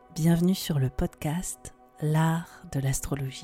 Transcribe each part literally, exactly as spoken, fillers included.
Bienvenue sur le podcast L'art de l'astrologie.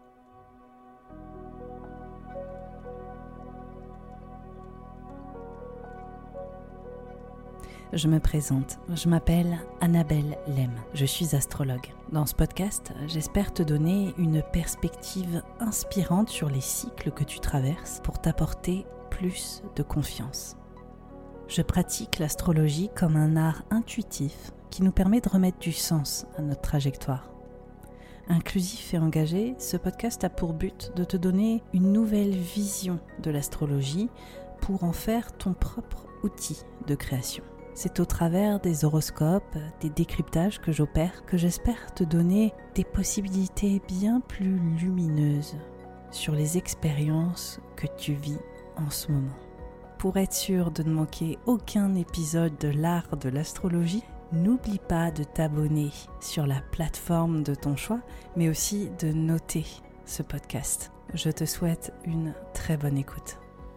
Je me présente, je m'appelle Annabelle Lem, je suis astrologue. Dans ce podcast, j'espère te donner une perspective inspirante sur les cycles que tu traverses pour t'apporter plus de confiance. Je pratique l'astrologie comme un art intuitif qui nous permet de remettre du sens à notre trajectoire. Inclusif et engagé, ce podcast a pour but de te donner une nouvelle vision de l'astrologie pour en faire ton propre outil de création. C'est au travers des horoscopes, des décryptages que j'opère que j'espère te donner des possibilités bien plus lumineuses sur les expériences que tu vis en ce moment. Pour être sûr de ne manquer aucun épisode de l'art de l'astrologie, n'oublie pas de t'abonner sur la plateforme de ton choix, mais aussi de noter ce podcast. Je te souhaite une très bonne écoute.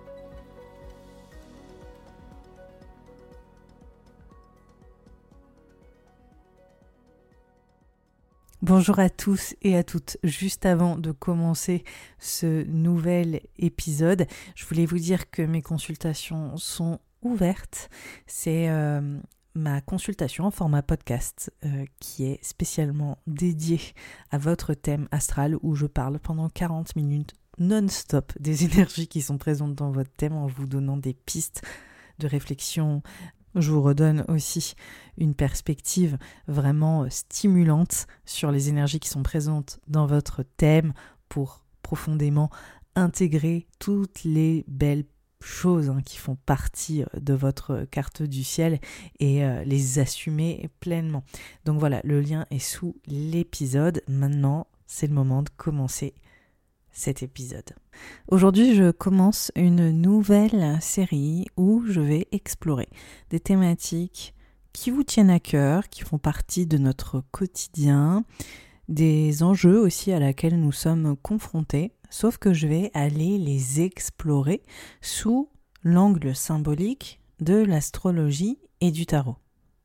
Bonjour à tous et à toutes. Juste avant de commencer ce nouvel épisode, je voulais vous dire que mes consultations sont ouvertes. C'est euh, ma consultation en format podcast euh, qui est spécialement dédiée à votre thème astral où je parle pendant quarante minutes non-stop des énergies qui sont présentes dans votre thème en vous donnant des pistes de réflexion. Je vous redonne aussi une perspective vraiment stimulante sur les énergies qui sont présentes dans votre thème pour profondément intégrer toutes les belles choses hein, qui font partie de votre carte du ciel et euh, les assumer pleinement. Donc voilà, le lien est sous l'épisode. Maintenant, c'est le moment de commencer cet épisode. Aujourd'hui, je commence une nouvelle série où je vais explorer des thématiques qui vous tiennent à cœur, qui font partie de notre quotidien, des enjeux aussi à laquelle nous sommes confrontés, sauf que je vais aller les explorer sous l'angle symbolique de l'astrologie et du tarot.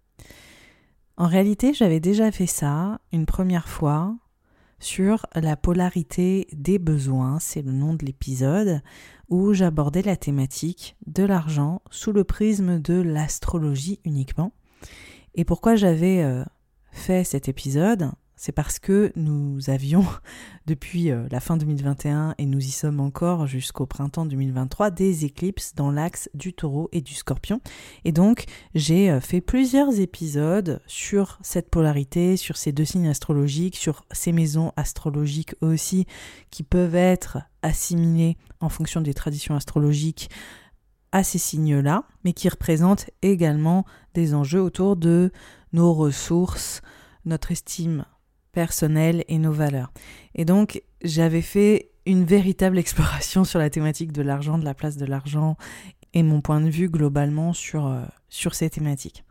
En réalité, j'avais déjà fait ça une première fois sur la polarité des besoins, c'est le nom de l'épisode, où j'abordais la thématique de l'argent sous le prisme de l'astrologie uniquement. Et pourquoi j'avais euh, fait cet épisode ? C'est parce que nous avions, depuis euh, la fin deux mille vingt et un, et nous y sommes encore jusqu'au printemps deux mille vingt-trois, des éclipses dans l'axe du taureau et du scorpion. Et donc, j'ai euh, fait plusieurs épisodes sur cette polarité, sur ces deux signes astrologiques, sur ces maisons astrologiques aussi, qui peuvent être assimilées en fonction des traditions astrologiques à ces signes-là, mais qui représentent également des enjeux autour de nos ressources, notre estime personnelle et nos valeurs. Et donc, j'avais fait une véritable exploration sur la thématique de l'argent, de la place de l'argent et mon point de vue globalement sur, euh, sur ces thématiques.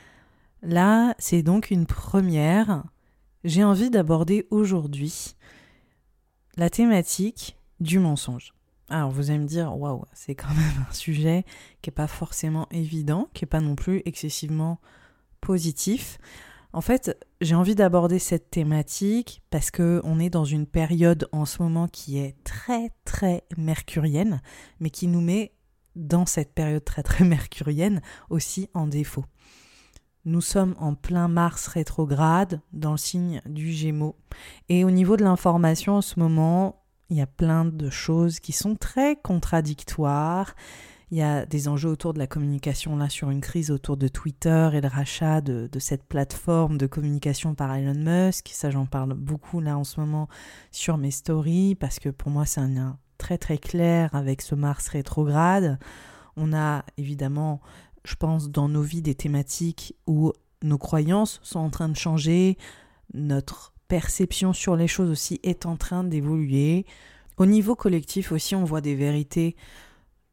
Là, c'est donc une première. J'ai envie d'aborder aujourd'hui la thématique du mensonge. Alors, vous allez me dire, waouh, c'est quand même un sujet qui n'est pas forcément évident, qui n'est pas non plus excessivement positif. En fait, j'ai envie d'aborder cette thématique parce qu'on est dans une période en ce moment qui est très très mercurienne, mais qui nous met dans cette période très très mercurienne aussi en défaut. Nous sommes en plein Mars rétrograde dans le signe du Gémeaux. Et au niveau de l'information en ce moment, il y a plein de choses qui sont très contradictoires. Il y a des enjeux autour de la communication, là, sur une crise autour de Twitter et le rachat de, de cette plateforme de communication par Elon Musk. Ça, j'en parle beaucoup, là, en ce moment, sur mes stories, parce que pour moi, c'est un lien très, très clair avec ce Mars rétrograde. On a, évidemment, je pense, dans nos vies, des thématiques où nos croyances sont en train de changer, notre perception sur les choses aussi est en train d'évoluer. Au niveau collectif aussi, on voit des vérités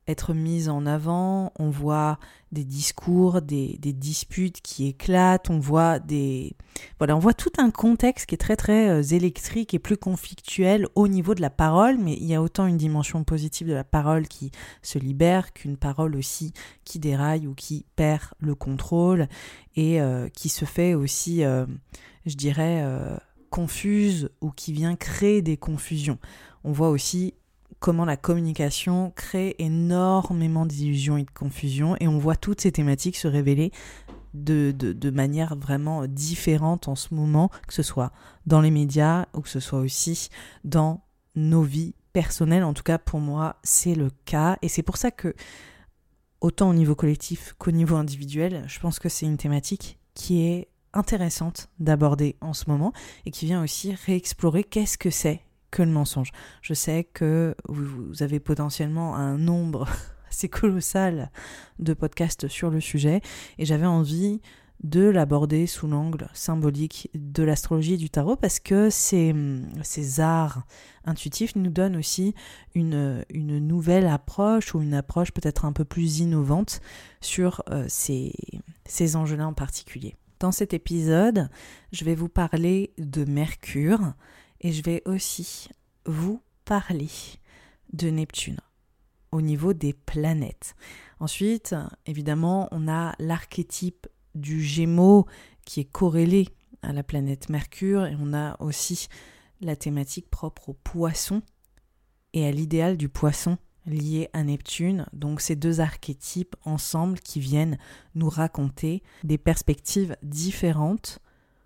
être mises en avant, on voit des discours, des, des disputes qui éclatent, on voit des... Voilà, on voit tout un contexte qui est très très euh, électrique et plus conflictuel au niveau de la parole, mais il y a autant une dimension positive de la parole qui se libère qu'une parole aussi qui déraille ou qui perd le contrôle et euh, qui se fait aussi, euh, je dirais, euh, confuse ou qui vient créer des confusions. On voit aussi comment la communication crée énormément d'illusions et de confusion, et on voit toutes ces thématiques se révéler de, de, de manière vraiment différente en ce moment, que ce soit dans les médias ou que ce soit aussi dans nos vies personnelles. En tout cas, pour moi, c'est le cas, et c'est pour ça que, autant au niveau collectif qu'au niveau individuel, je pense que c'est une thématique qui est intéressante d'aborder en ce moment, et qui vient aussi réexplorer qu'est-ce que c'est que le mensonge. Je sais que vous avez potentiellement un nombre assez colossal de podcasts sur le sujet, et j'avais envie de l'aborder sous l'angle symbolique de l'astrologie et du tarot, parce que ces, ces arts intuitifs nous donnent aussi une, une nouvelle approche, ou une approche peut-être un peu plus innovante sur euh, ces, ces enjeux-là en particulier. Dans cet épisode, je vais vous parler de Mercure, et je vais aussi vous parler de Neptune au niveau des planètes. Ensuite, évidemment, on a l'archétype du Gémeaux qui est corrélé à la planète Mercure, et on a aussi la thématique propre au Poisson et à l'idéal du Poisson lié à Neptune. Donc ces deux archétypes ensemble qui viennent nous raconter des perspectives différentes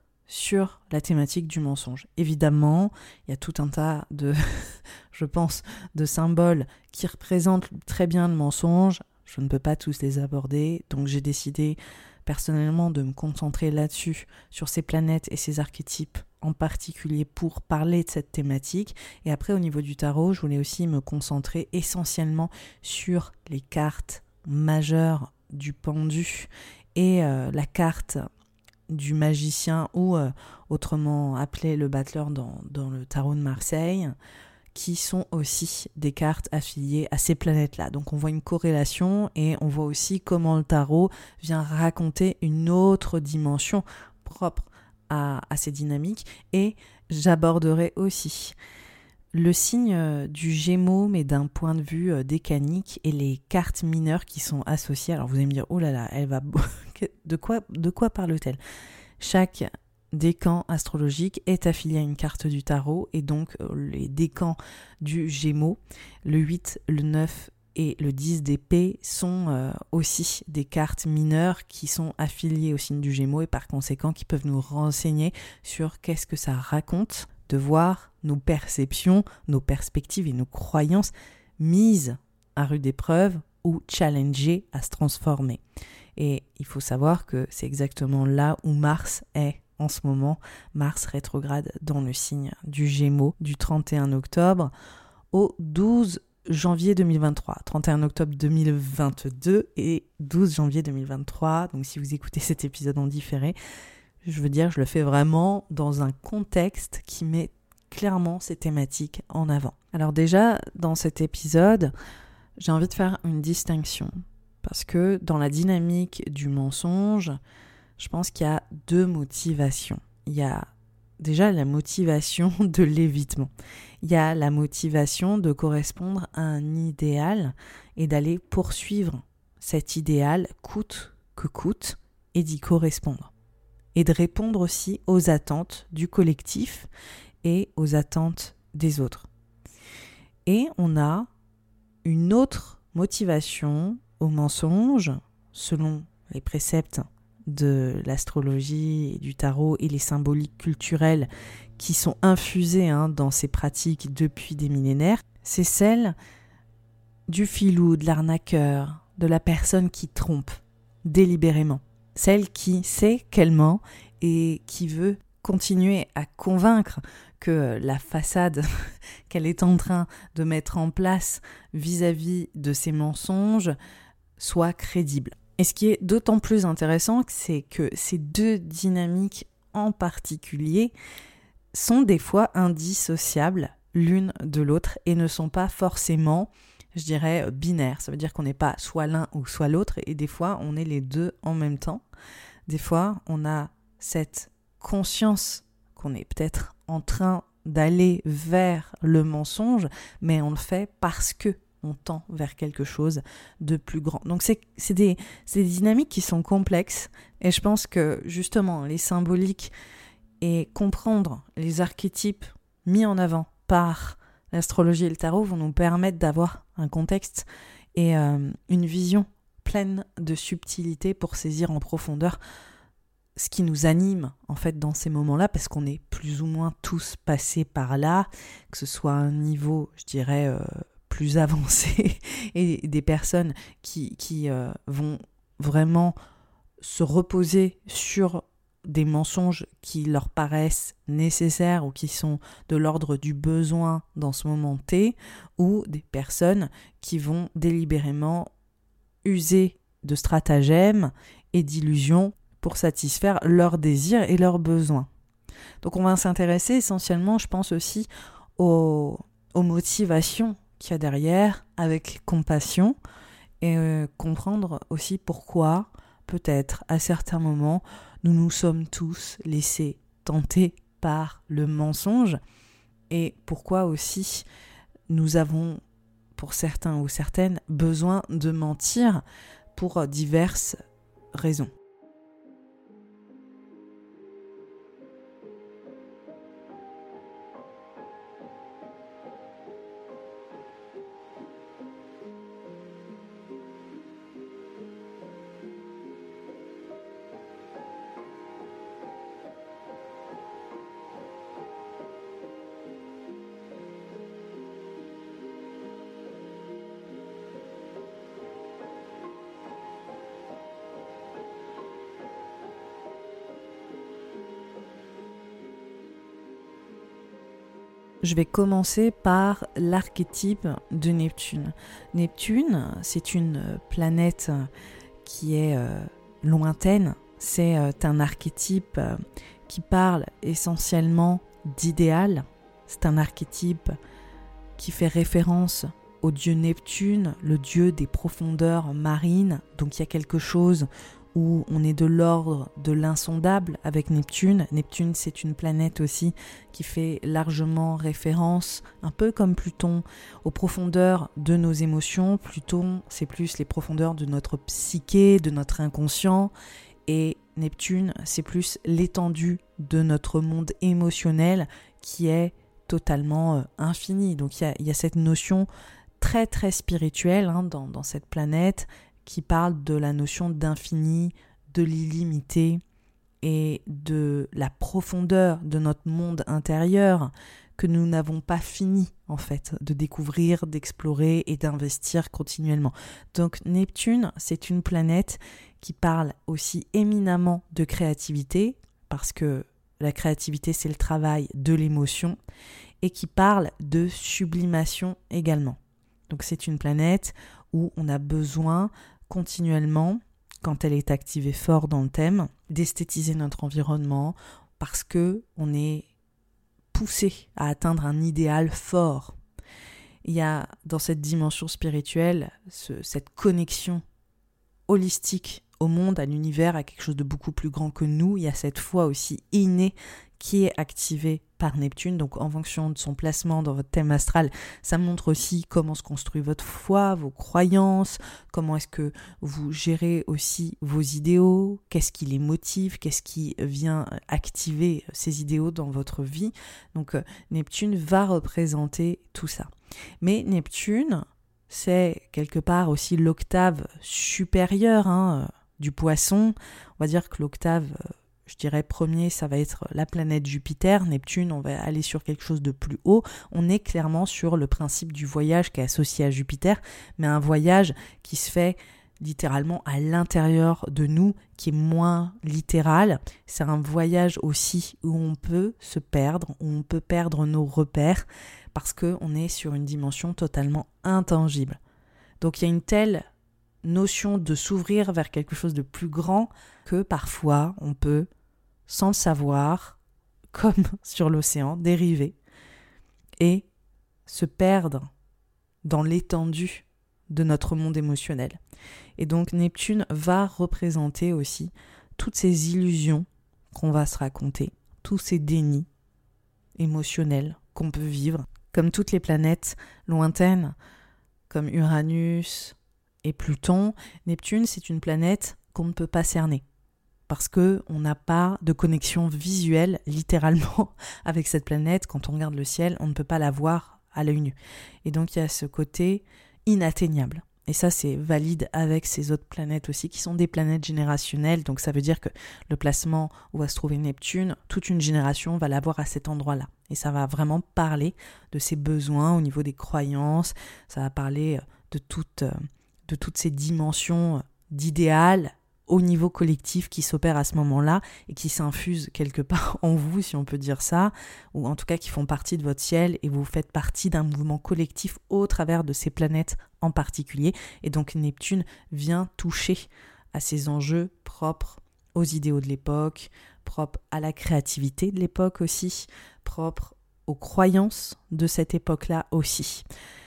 sur la thématique du mensonge. Évidemment, il y a tout un tas de, je pense, de symboles qui représentent très bien le mensonge. Je ne peux pas tous les aborder, donc j'ai décidé personnellement de me concentrer là-dessus, sur ces planètes et ces archétypes en particulier, pour parler de cette thématique. Et après, au niveau du tarot, je voulais aussi me concentrer essentiellement sur les cartes majeures du pendu et euh, la carte du magicien, ou euh, autrement appelé le battleur dans, dans le tarot de Marseille, qui sont aussi des cartes affiliées à ces planètes-là. Donc on voit une corrélation, et on voit aussi comment le tarot vient raconter une autre dimension propre à, à ces dynamiques. Et j'aborderai aussi le signe du Gémeaux, mais d'un point de vue décanique, et les cartes mineures qui sont associées. Alors vous allez me dire, oh là là, elle va... de quoi, de quoi parle-t-elle ? Chaque décan astrologique est affilié à une carte du tarot, et donc les décans du Gémeaux, le huit, le neuf et le dix d'épée sont euh, aussi des cartes mineures qui sont affiliées au signe du Gémeaux, et par conséquent qui peuvent nous renseigner sur qu'est-ce que ça raconte de voir nos perceptions, nos perspectives et nos croyances mises à rude épreuve ou challengées à se transformer. Et il faut savoir que c'est exactement là où Mars est en ce moment. Mars rétrograde dans le signe du Gémeaux du trente et un octobre au douze janvier deux mille vingt-trois. trente et un octobre deux mille vingt-deux et douze janvier deux mille vingt-trois. Donc si vous écoutez cet épisode en différé, je veux dire, je le fais vraiment dans un contexte qui met clairement ces thématiques en avant. Alors déjà, dans cet épisode, j'ai envie de faire une distinction. Parce que dans la dynamique du mensonge, je pense qu'il y a deux motivations. Il y a déjà la motivation de l'évitement. Il y a la motivation de correspondre à un idéal et d'aller poursuivre cet idéal coûte que coûte, et d'y correspondre. Et de répondre aussi aux attentes du collectif et aux attentes des autres. Et on a une autre motivation au mensonge, selon les préceptes de l'astrologie et du tarot et les symboliques culturelles qui sont infusées hein, dans ces pratiques depuis des millénaires, c'est celle du filou, de l'arnaqueur, de la personne qui trompe délibérément. Celle qui sait qu'elle ment et qui veut continuer à convaincre que la façade qu'elle est en train de mettre en place vis-à-vis de ses mensonges soit crédible. Et ce qui est d'autant plus intéressant, c'est que ces deux dynamiques en particulier sont des fois indissociables l'une de l'autre et ne sont pas forcément, je dirais, binaire. Ça veut dire qu'on n'est pas soit l'un ou soit l'autre, et des fois, on est les deux en même temps. Des fois, on a cette conscience qu'on est peut-être en train d'aller vers le mensonge, mais on le fait parce que on tend vers quelque chose de plus grand. Donc c'est, c'est, des, c'est des dynamiques qui sont complexes, et je pense que justement les symboliques et comprendre les archétypes mis en avant par l'astrologie et le tarot vont nous permettre d'avoir un contexte et euh, une vision pleine de subtilité pour saisir en profondeur ce qui nous anime en fait dans ces moments-là, parce qu'on est plus ou moins tous passés par là, que ce soit à un niveau, je dirais, euh, plus avancé, et des personnes qui, qui euh, vont vraiment se reposer sur des mensonges qui leur paraissent nécessaires ou qui sont de l'ordre du besoin dans ce moment T, ou des personnes qui vont délibérément user de stratagèmes et d'illusions pour satisfaire leurs désirs et leurs besoins. Donc on va s'intéresser essentiellement, je pense aussi, aux, aux motivations qu'il y a derrière, avec compassion, et euh, comprendre aussi pourquoi, peut-être, à certains moments, nous nous sommes tous laissés tenter par le mensonge, et pourquoi aussi nous avons, pour certains ou certaines, besoin de mentir pour diverses raisons. Je vais commencer par l'archétype de Neptune. Neptune, c'est une planète qui est euh, lointaine. C'est euh, un archétype euh, qui parle essentiellement d'idéal. C'est un archétype qui fait référence au dieu Neptune, le dieu des profondeurs marines. Donc il y a quelque chose où on est de l'ordre de l'insondable avec Neptune. Neptune, c'est une planète aussi qui fait largement référence, un peu comme Pluton, aux profondeurs de nos émotions. Pluton, c'est plus les profondeurs de notre psyché, de notre inconscient. Et Neptune, c'est plus l'étendue de notre monde émotionnel qui est totalement euh, infini. Donc il y a, il y a cette notion très très spirituelle hein, dans, dans cette planète, qui parle de la notion d'infini, de l'illimité et de la profondeur de notre monde intérieur que nous n'avons pas fini en fait de découvrir, d'explorer et d'investir continuellement. Donc Neptune, c'est une planète qui parle aussi éminemment de créativité, parce que la créativité c'est le travail de l'émotion, et qui parle de sublimation également. Donc c'est une planète où on a besoin continuellement, quand elle est activée fort dans le thème, d'esthétiser notre environnement, parce que on est poussé à atteindre un idéal fort. Il y a dans cette dimension spirituelle ce, cette connexion holistique au monde, à l'univers, à quelque chose de beaucoup plus grand que nous. Il y a cette foi aussi innée qui est activée par Neptune. Donc en fonction de son placement dans votre thème astral, ça montre aussi comment se construit votre foi, vos croyances, comment est-ce que vous gérez aussi vos idéaux, qu'est-ce qui les motive, qu'est-ce qui vient activer ces idéaux dans votre vie. Donc euh, Neptune va représenter tout ça. Mais Neptune, c'est quelque part aussi l'octave supérieure hein, du poisson. On va dire que l'octave je dirais premier, ça va être la planète Jupiter. Neptune, on va aller sur quelque chose de plus haut. On est clairement sur le principe du voyage qui est associé à Jupiter, mais un voyage qui se fait littéralement à l'intérieur de nous, qui est moins littéral. C'est un voyage aussi où on peut se perdre, où on peut perdre nos repères, parce qu'on est sur une dimension totalement intangible. Donc il y a une telle notion de s'ouvrir vers quelque chose de plus grand que parfois on peut, sans le savoir, comme sur l'océan, dériver et se perdre dans l'étendue de notre monde émotionnel. Et donc Neptune va représenter aussi toutes ces illusions qu'on va se raconter, tous ces dénis émotionnels qu'on peut vivre, comme toutes les planètes lointaines, comme Uranus et Pluton. Neptune, c'est une planète qu'on ne peut pas cerner, parce qu'on n'a pas de connexion visuelle, littéralement, avec cette planète. Quand on regarde le ciel, on ne peut pas la voir à l'œil nu. Et donc il y a ce côté inatteignable. Et ça, c'est valide avec ces autres planètes aussi, qui sont des planètes générationnelles. Donc ça veut dire que le placement où va se trouver Neptune, toute une génération va l'avoir à cet endroit-là. Et ça va vraiment parler de ses besoins au niveau des croyances. Ça va parler de, toute, de toutes ces dimensions d'idéal au niveau collectif qui s'opèrent à ce moment-là et qui s'infusent quelque part en vous, si on peut dire ça, ou en tout cas qui font partie de votre ciel et vous faites partie d'un mouvement collectif au travers de ces planètes en particulier. Et donc Neptune vient toucher à ces enjeux propres aux idéaux de l'époque, propres à la créativité de l'époque aussi, propres aux croyances de cette époque-là aussi.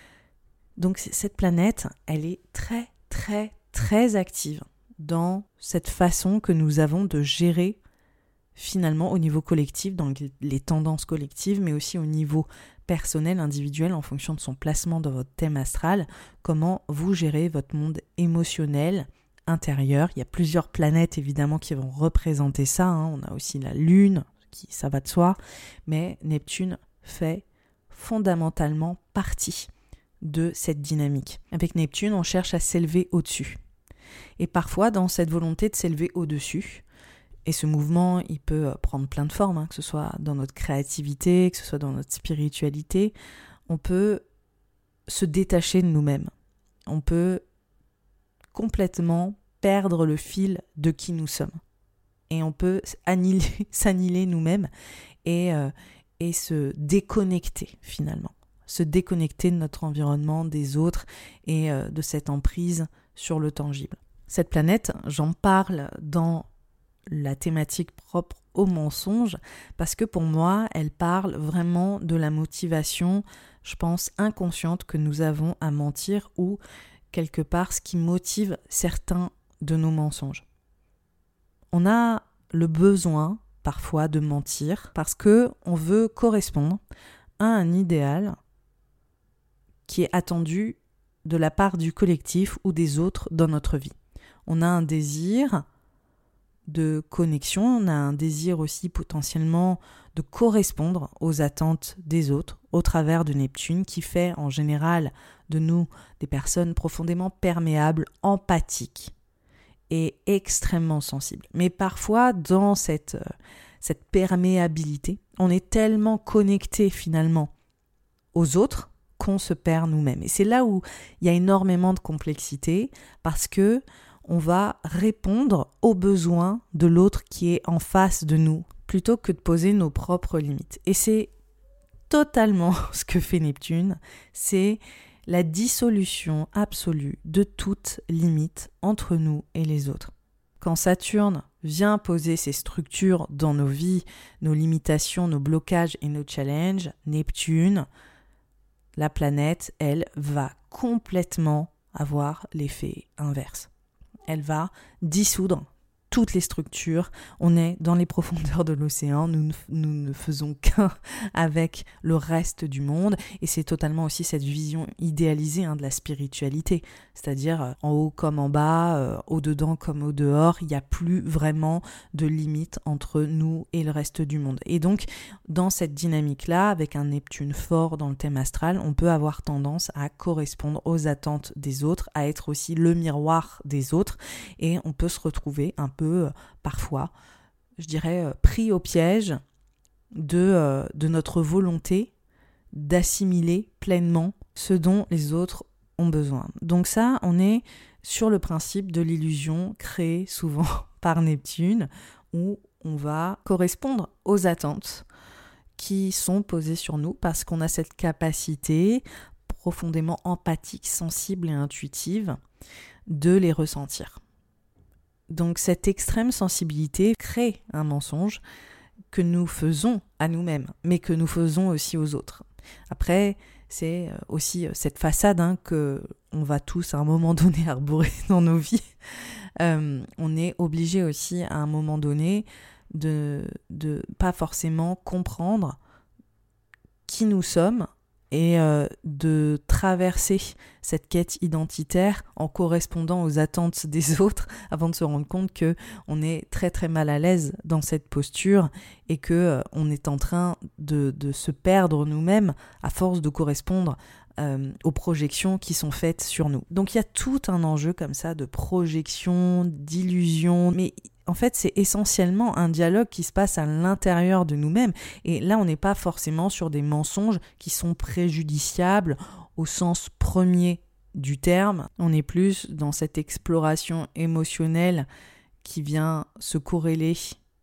Donc cette planète, elle est très très très active dans cette façon que nous avons de gérer finalement au niveau collectif, dans les tendances collectives, mais aussi au niveau personnel, individuel, en fonction de son placement dans votre thème astral, comment vous gérez votre monde émotionnel intérieur. Il y a plusieurs planètes évidemment qui vont représenter ça, hein. On a aussi la Lune, qui, ça va de soi, mais Neptune fait fondamentalement partie de cette dynamique. Avec Neptune, on cherche à s'élever au-dessus. Et parfois, dans cette volonté de s'élever au-dessus, et ce mouvement, il peut prendre plein de formes, hein, que ce soit dans notre créativité, que ce soit dans notre spiritualité, on peut se détacher de nous-mêmes. On peut complètement perdre le fil de qui nous sommes. Et on peut annihiler, s'annihiler nous-mêmes et, euh, et se déconnecter finalement. Se déconnecter de notre environnement, des autres et euh, de cette emprise sur le tangible. Cette planète, j'en parle dans la thématique propre au mensonge parce que pour moi, elle parle vraiment de la motivation, je pense, inconsciente que nous avons à mentir ou quelque part ce qui motive certains de nos mensonges. On a le besoin parfois de mentir parce que on veut correspondre à un idéal qui est attendu de la part du collectif ou des autres dans notre vie. On a un désir de connexion, on a un désir aussi potentiellement de correspondre aux attentes des autres au travers de Neptune qui fait en général de nous des personnes profondément perméables, empathiques et extrêmement sensibles. Mais parfois dans cette, cette perméabilité, on est tellement connecté finalement aux autres qu'on se perd nous-mêmes. Et c'est là où il y a énormément de complexité parce que on va répondre aux besoins de l'autre qui est en face de nous plutôt que de poser nos propres limites. Et c'est totalement ce que fait Neptune, c'est la dissolution absolue de toute limite entre nous et les autres. Quand Saturne vient poser ses structures dans nos vies, nos limitations, nos blocages et nos challenges, Neptune, la planète, elle, va complètement avoir l'effet inverse. Elle va dissoudre toutes les structures. On est dans les profondeurs de l'océan, nous ne, nous ne faisons qu'un avec le reste du monde et c'est totalement aussi cette vision idéalisée hein, de la spiritualité, c'est-à-dire euh, en haut comme en bas, euh, au dedans comme au dehors, il n'y a plus vraiment de limite entre nous et le reste du monde. Et donc dans cette dynamique-là, avec un Neptune fort dans le thème astral, on peut avoir tendance à correspondre aux attentes des autres, à être aussi le miroir des autres et on peut se retrouver un peu peu, parfois, je dirais, pris au piège de, euh, de notre volonté d'assimiler pleinement ce dont les autres ont besoin. Donc ça, on est sur le principe de l'illusion créée souvent par Neptune, où on va correspondre aux attentes qui sont posées sur nous parce qu'on a cette capacité profondément empathique, sensible et intuitive de les ressentir. Donc cette extrême sensibilité crée un mensonge que nous faisons à nous-mêmes, mais que nous faisons aussi aux autres. Après, c'est aussi cette façade hein, que on va tous à un moment donné arborer dans nos vies. Euh, on est obligé aussi à un moment donné de, de pas forcément comprendre qui nous sommes et euh, de traverser cette quête identitaire en correspondant aux attentes des autres avant de se rendre compte que on est très très mal à l'aise dans cette posture et que euh, on est en train de, de se perdre nous-mêmes à force de correspondre euh, aux projections qui sont faites sur nous. Donc il y a tout un enjeu comme ça de projection, d'illusion, mais en fait, c'est essentiellement un dialogue qui se passe à l'intérieur de nous-mêmes. Et là, on n'est pas forcément sur des mensonges qui sont préjudiciables au sens premier du terme. On est plus dans cette exploration émotionnelle qui vient se corréler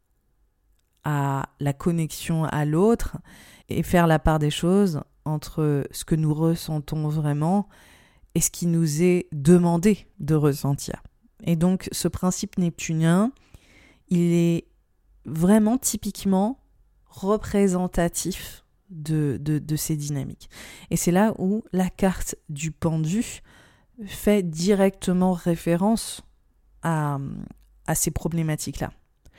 à la connexion à l'autre et faire la part des choses entre ce que nous ressentons vraiment et ce qui nous est demandé de ressentir. Et donc, ce principe neptunien, il est vraiment typiquement représentatif de, de, de ces dynamiques. Et c'est là où la carte du pendu fait directement référence à, à ces problématiques-là.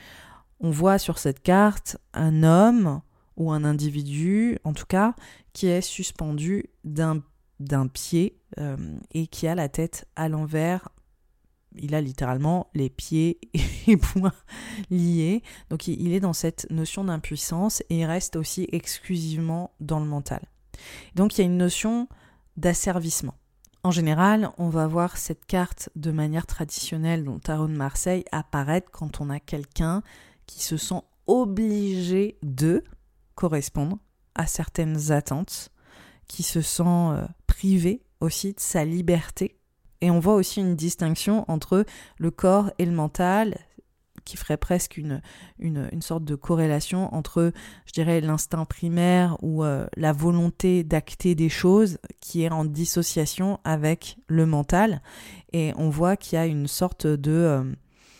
On voit sur cette carte un homme ou un individu, en tout cas, qui est suspendu d'un, d'un pied euh, et qui a la tête à l'envers. Il a littéralement les pieds et poings liés. Donc il est dans cette notion d'impuissance et il reste aussi exclusivement dans le mental. Donc il y a une notion d'asservissement. En général, on va voir cette carte de manière traditionnelle dans le tarot de Marseille apparaître quand on a quelqu'un qui se sent obligé de correspondre à certaines attentes, qui se sent euh, privé aussi de sa liberté. Et on voit aussi une distinction entre le corps et le mental, qui ferait presque une, une, une sorte de corrélation entre, je dirais, l'instinct primaire ou euh, la volonté d'acter des choses qui est en dissociation avec le mental. Et on voit qu'il y a une sorte de, euh,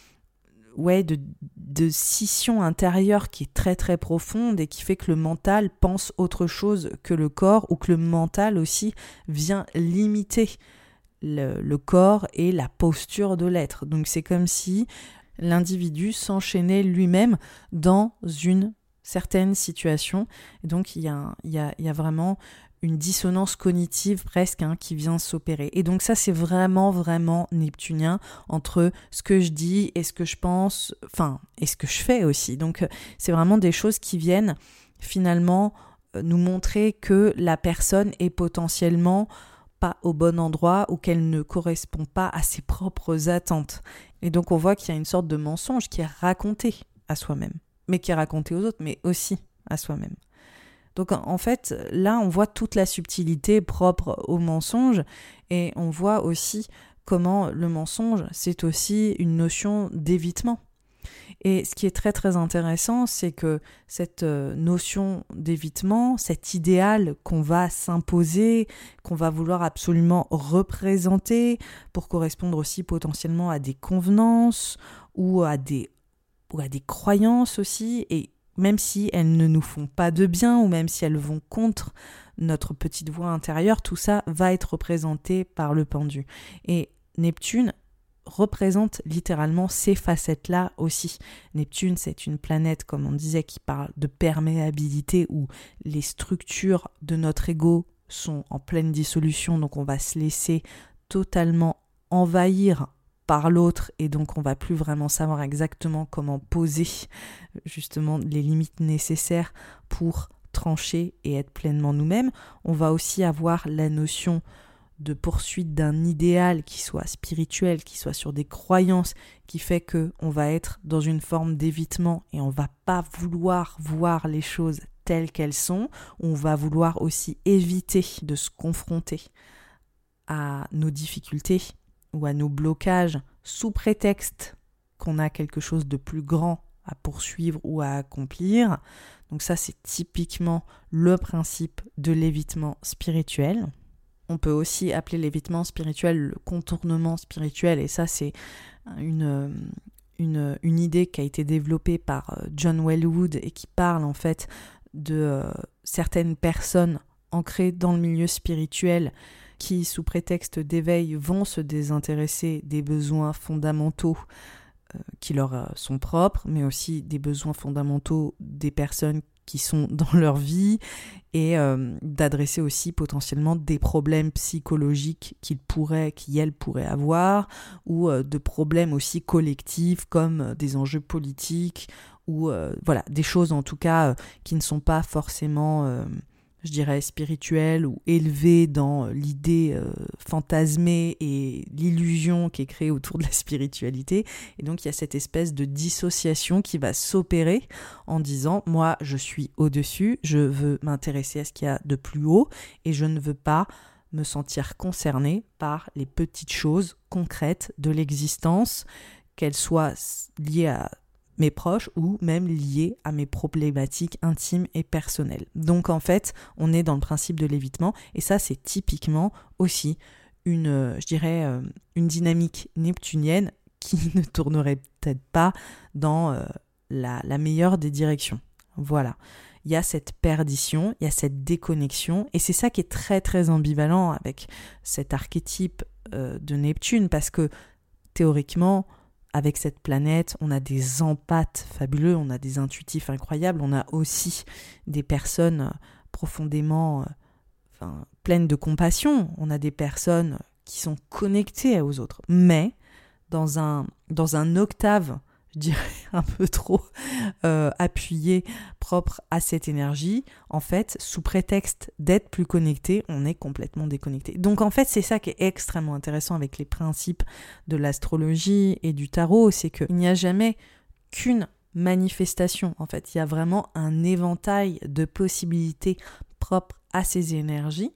ouais, de, de scission intérieure qui est très très profonde et qui fait que le mental pense autre chose que le corps, ou que le mental aussi vient limiter Le, le corps et la posture de l'être. Donc c'est comme si l'individu s'enchaînait lui-même dans une certaine situation. Et donc il y a, il y a, il y a vraiment une dissonance cognitive presque hein, qui vient s'opérer. Et donc ça c'est vraiment vraiment neptunien entre ce que je dis et ce que je pense, enfin et ce que je fais aussi. Donc c'est vraiment des choses qui viennent finalement nous montrer que la personne est potentiellement pas au bon endroit ou qu'elle ne correspond pas à ses propres attentes. Et donc on voit qu'il y a une sorte de mensonge qui est raconté à soi-même, mais qui est raconté aux autres, mais aussi à soi-même. Donc en fait, là on voit toute la subtilité propre au mensonge et on voit aussi comment le mensonge, c'est aussi une notion d'évitement. Et ce qui est très très intéressant, c'est que cette notion d'évitement, cet idéal qu'on va s'imposer, qu'on va vouloir absolument représenter pour correspondre aussi potentiellement à des convenances ou à des, ou à des croyances aussi, et même si elles ne nous font pas de bien ou même si elles vont contre notre petite voix intérieure, tout ça va être représenté par le pendu. Et Neptune représente littéralement ces facettes-là aussi. Neptune, c'est une planète, comme on disait, qui parle de perméabilité, où les structures de notre ego sont en pleine dissolution, donc on va se laisser totalement envahir par l'autre et donc on va plus vraiment savoir exactement comment poser justement les limites nécessaires pour trancher et être pleinement nous-mêmes. On va aussi avoir la notion de poursuite d'un idéal qui soit spirituel, qui soit sur des croyances, qui fait qu'on va être dans une forme d'évitement et on va pas vouloir voir les choses telles qu'elles sont. On va vouloir aussi éviter de se confronter à nos difficultés ou à nos blocages sous prétexte qu'on a quelque chose de plus grand à poursuivre ou à accomplir. Donc ça, c'est typiquement le principe de l'évitement spirituel. On peut aussi appeler l'évitement spirituel le contournement spirituel, et ça c'est une, une, une idée qui a été développée par John Welwood et qui parle en fait de euh, certaines personnes ancrés dans le milieu spirituel qui, sous prétexte d'éveil, vont se désintéresser des besoins fondamentaux euh, qui leur euh, sont propres, mais aussi des besoins fondamentaux des personnes qui sont dans leur vie et euh, d'adresser aussi potentiellement des problèmes psychologiques qu'ils pourraient, qu'elles pourraient avoir, ou euh, de problèmes aussi collectifs comme euh, des enjeux politiques ou euh, voilà, des choses en tout cas euh, qui ne sont pas forcément euh, je dirais spirituelle ou élevée dans l'idée euh, fantasmée et l'illusion qui est créée autour de la spiritualité. Et donc il y a cette espèce de dissociation qui va s'opérer en disant « moi je suis au-dessus, je veux m'intéresser à ce qu'il y a de plus haut et je ne veux pas me sentir concernée par les petites choses concrètes de l'existence, qu'elles soient liées à mes proches ou même liés à mes problématiques intimes et personnelles. » Donc en fait, on est dans le principe de l'évitement et ça c'est typiquement aussi une, je dirais, une dynamique neptunienne qui ne tournerait peut-être pas dans euh, la, la meilleure des directions. Voilà. Il y a cette perdition, il y a cette déconnexion et c'est ça qui est très très ambivalent avec cet archétype euh, de Neptune parce que théoriquement, avec cette planète, on a des empathes fabuleux, on a des intuitifs incroyables, on a aussi des personnes profondément euh, enfin, pleines de compassion, on a des personnes qui sont connectées aux autres. Mais dans un, dans un octave, je dirais un peu trop euh, appuyé, propre à cette énergie, en fait, sous prétexte d'être plus connecté, on est complètement déconnecté. Donc en fait, c'est ça qui est extrêmement intéressant avec les principes de l'astrologie et du tarot, c'est qu'il n'y a jamais qu'une manifestation. En fait, il y a vraiment un éventail de possibilités propres à ces énergies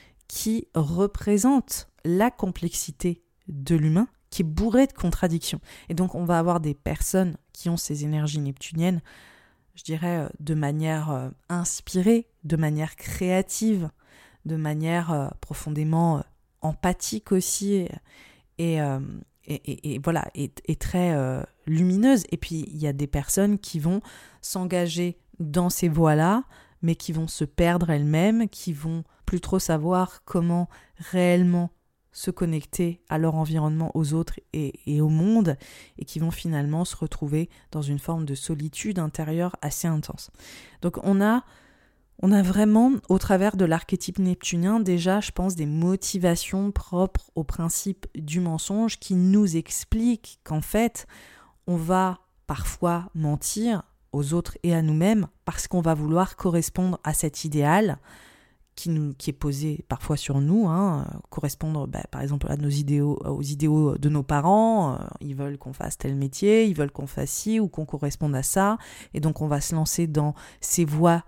qui représentent la complexité de l'humain, qui est bourré de contradictions. Et donc, on va avoir des personnes qui ont ces énergies neptuniennes, je dirais, de manière euh, inspirée, de manière créative, de manière euh, profondément euh, empathique aussi, et, euh, et, et, et voilà, et, et très euh, lumineuse. Et puis, il y a des personnes qui vont s'engager dans ces voies-là, mais qui vont se perdre elles-mêmes, qui vont plus trop savoir comment réellement se connecter à leur environnement, aux autres et, et au monde, et qui vont finalement se retrouver dans une forme de solitude intérieure assez intense. Donc on a, on a vraiment, au travers de l'archétype neptunien, déjà, je pense, des motivations propres au principe du mensonge qui nous expliquent qu'en fait, on va parfois mentir aux autres et à nous-mêmes parce qu'on va vouloir correspondre à cet idéal Qui, nous, qui est posé parfois sur nous, hein, correspondre bah, par exemple à nos idéaux, aux idéaux de nos parents, euh, ils veulent qu'on fasse tel métier, ils veulent qu'on fasse ci ou qu'on corresponde à ça, et donc on va se lancer dans ces voies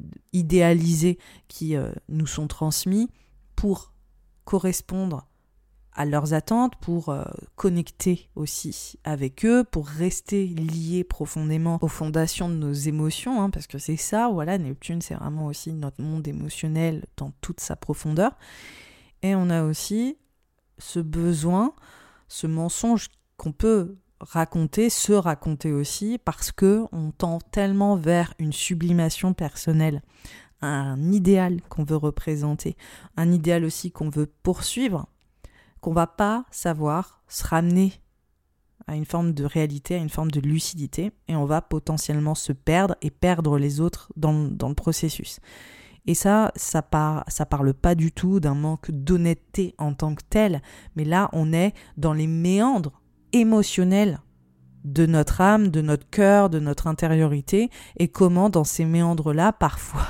idéalisées qui euh, nous sont transmises pour correspondre à leurs attentes, pour euh, connecter aussi avec eux, pour rester liés profondément aux fondations de nos émotions, hein, parce que c'est ça, voilà, Neptune, c'est vraiment aussi notre monde émotionnel dans toute sa profondeur. Et on a aussi ce besoin, ce mensonge qu'on peut raconter, se raconter aussi, parce qu'on tend tellement vers une sublimation personnelle, un idéal qu'on veut représenter, un idéal aussi qu'on veut poursuivre, qu'on va pas savoir se ramener à une forme de réalité, à une forme de lucidité, et on va potentiellement se perdre et perdre les autres dans, dans le processus. Et ça, ça, par, ça parle pas du tout d'un manque d'honnêteté en tant que tel, mais là, on est dans les méandres émotionnels de notre âme, de notre cœur, de notre intériorité, et comment dans ces méandres-là, parfois,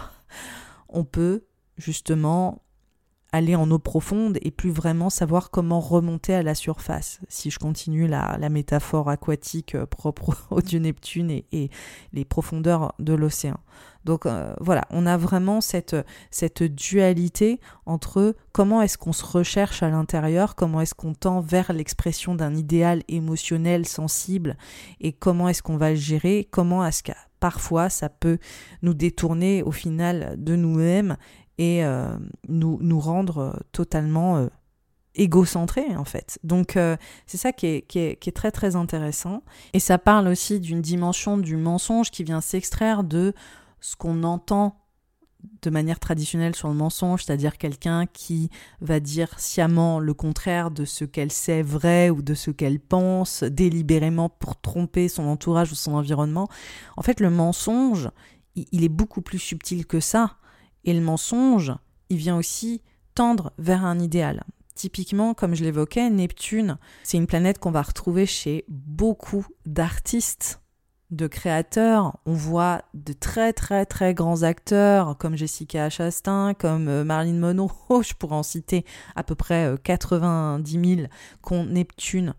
on peut justement aller en eau profonde et plus vraiment savoir comment remonter à la surface. Si je continue la, la métaphore aquatique euh, propre au dieu Neptune et, et les profondeurs de l'océan. Donc euh, voilà, on a vraiment cette, cette dualité entre comment est-ce qu'on se recherche à l'intérieur, comment est-ce qu'on tend vers l'expression d'un idéal émotionnel, sensible, et comment est-ce qu'on va le gérer, comment est-ce que parfois ça peut nous détourner au final de nous-mêmes et euh, nous, nous rendre totalement euh, égocentrés en fait. Donc euh, c'est ça qui est, qui, est, qui est très très intéressant. Et ça parle aussi d'une dimension du mensonge qui vient s'extraire de ce qu'on entend de manière traditionnelle sur le mensonge, c'est-à-dire quelqu'un qui va dire sciemment le contraire de ce qu'elle sait vrai ou de ce qu'elle pense, délibérément pour tromper son entourage ou son environnement. En fait, le mensonge, il est beaucoup plus subtil que ça. Et le mensonge, il vient aussi tendre vers un idéal. Typiquement, comme je l'évoquais, Neptune, c'est une planète qu'on va retrouver chez beaucoup d'artistes, de créateurs. On voit de très très très grands acteurs comme Jessica Chastain, comme Marilyn Monroe, je pourrais en citer à peu près quatre-vingt-dix mille qui ont Neptune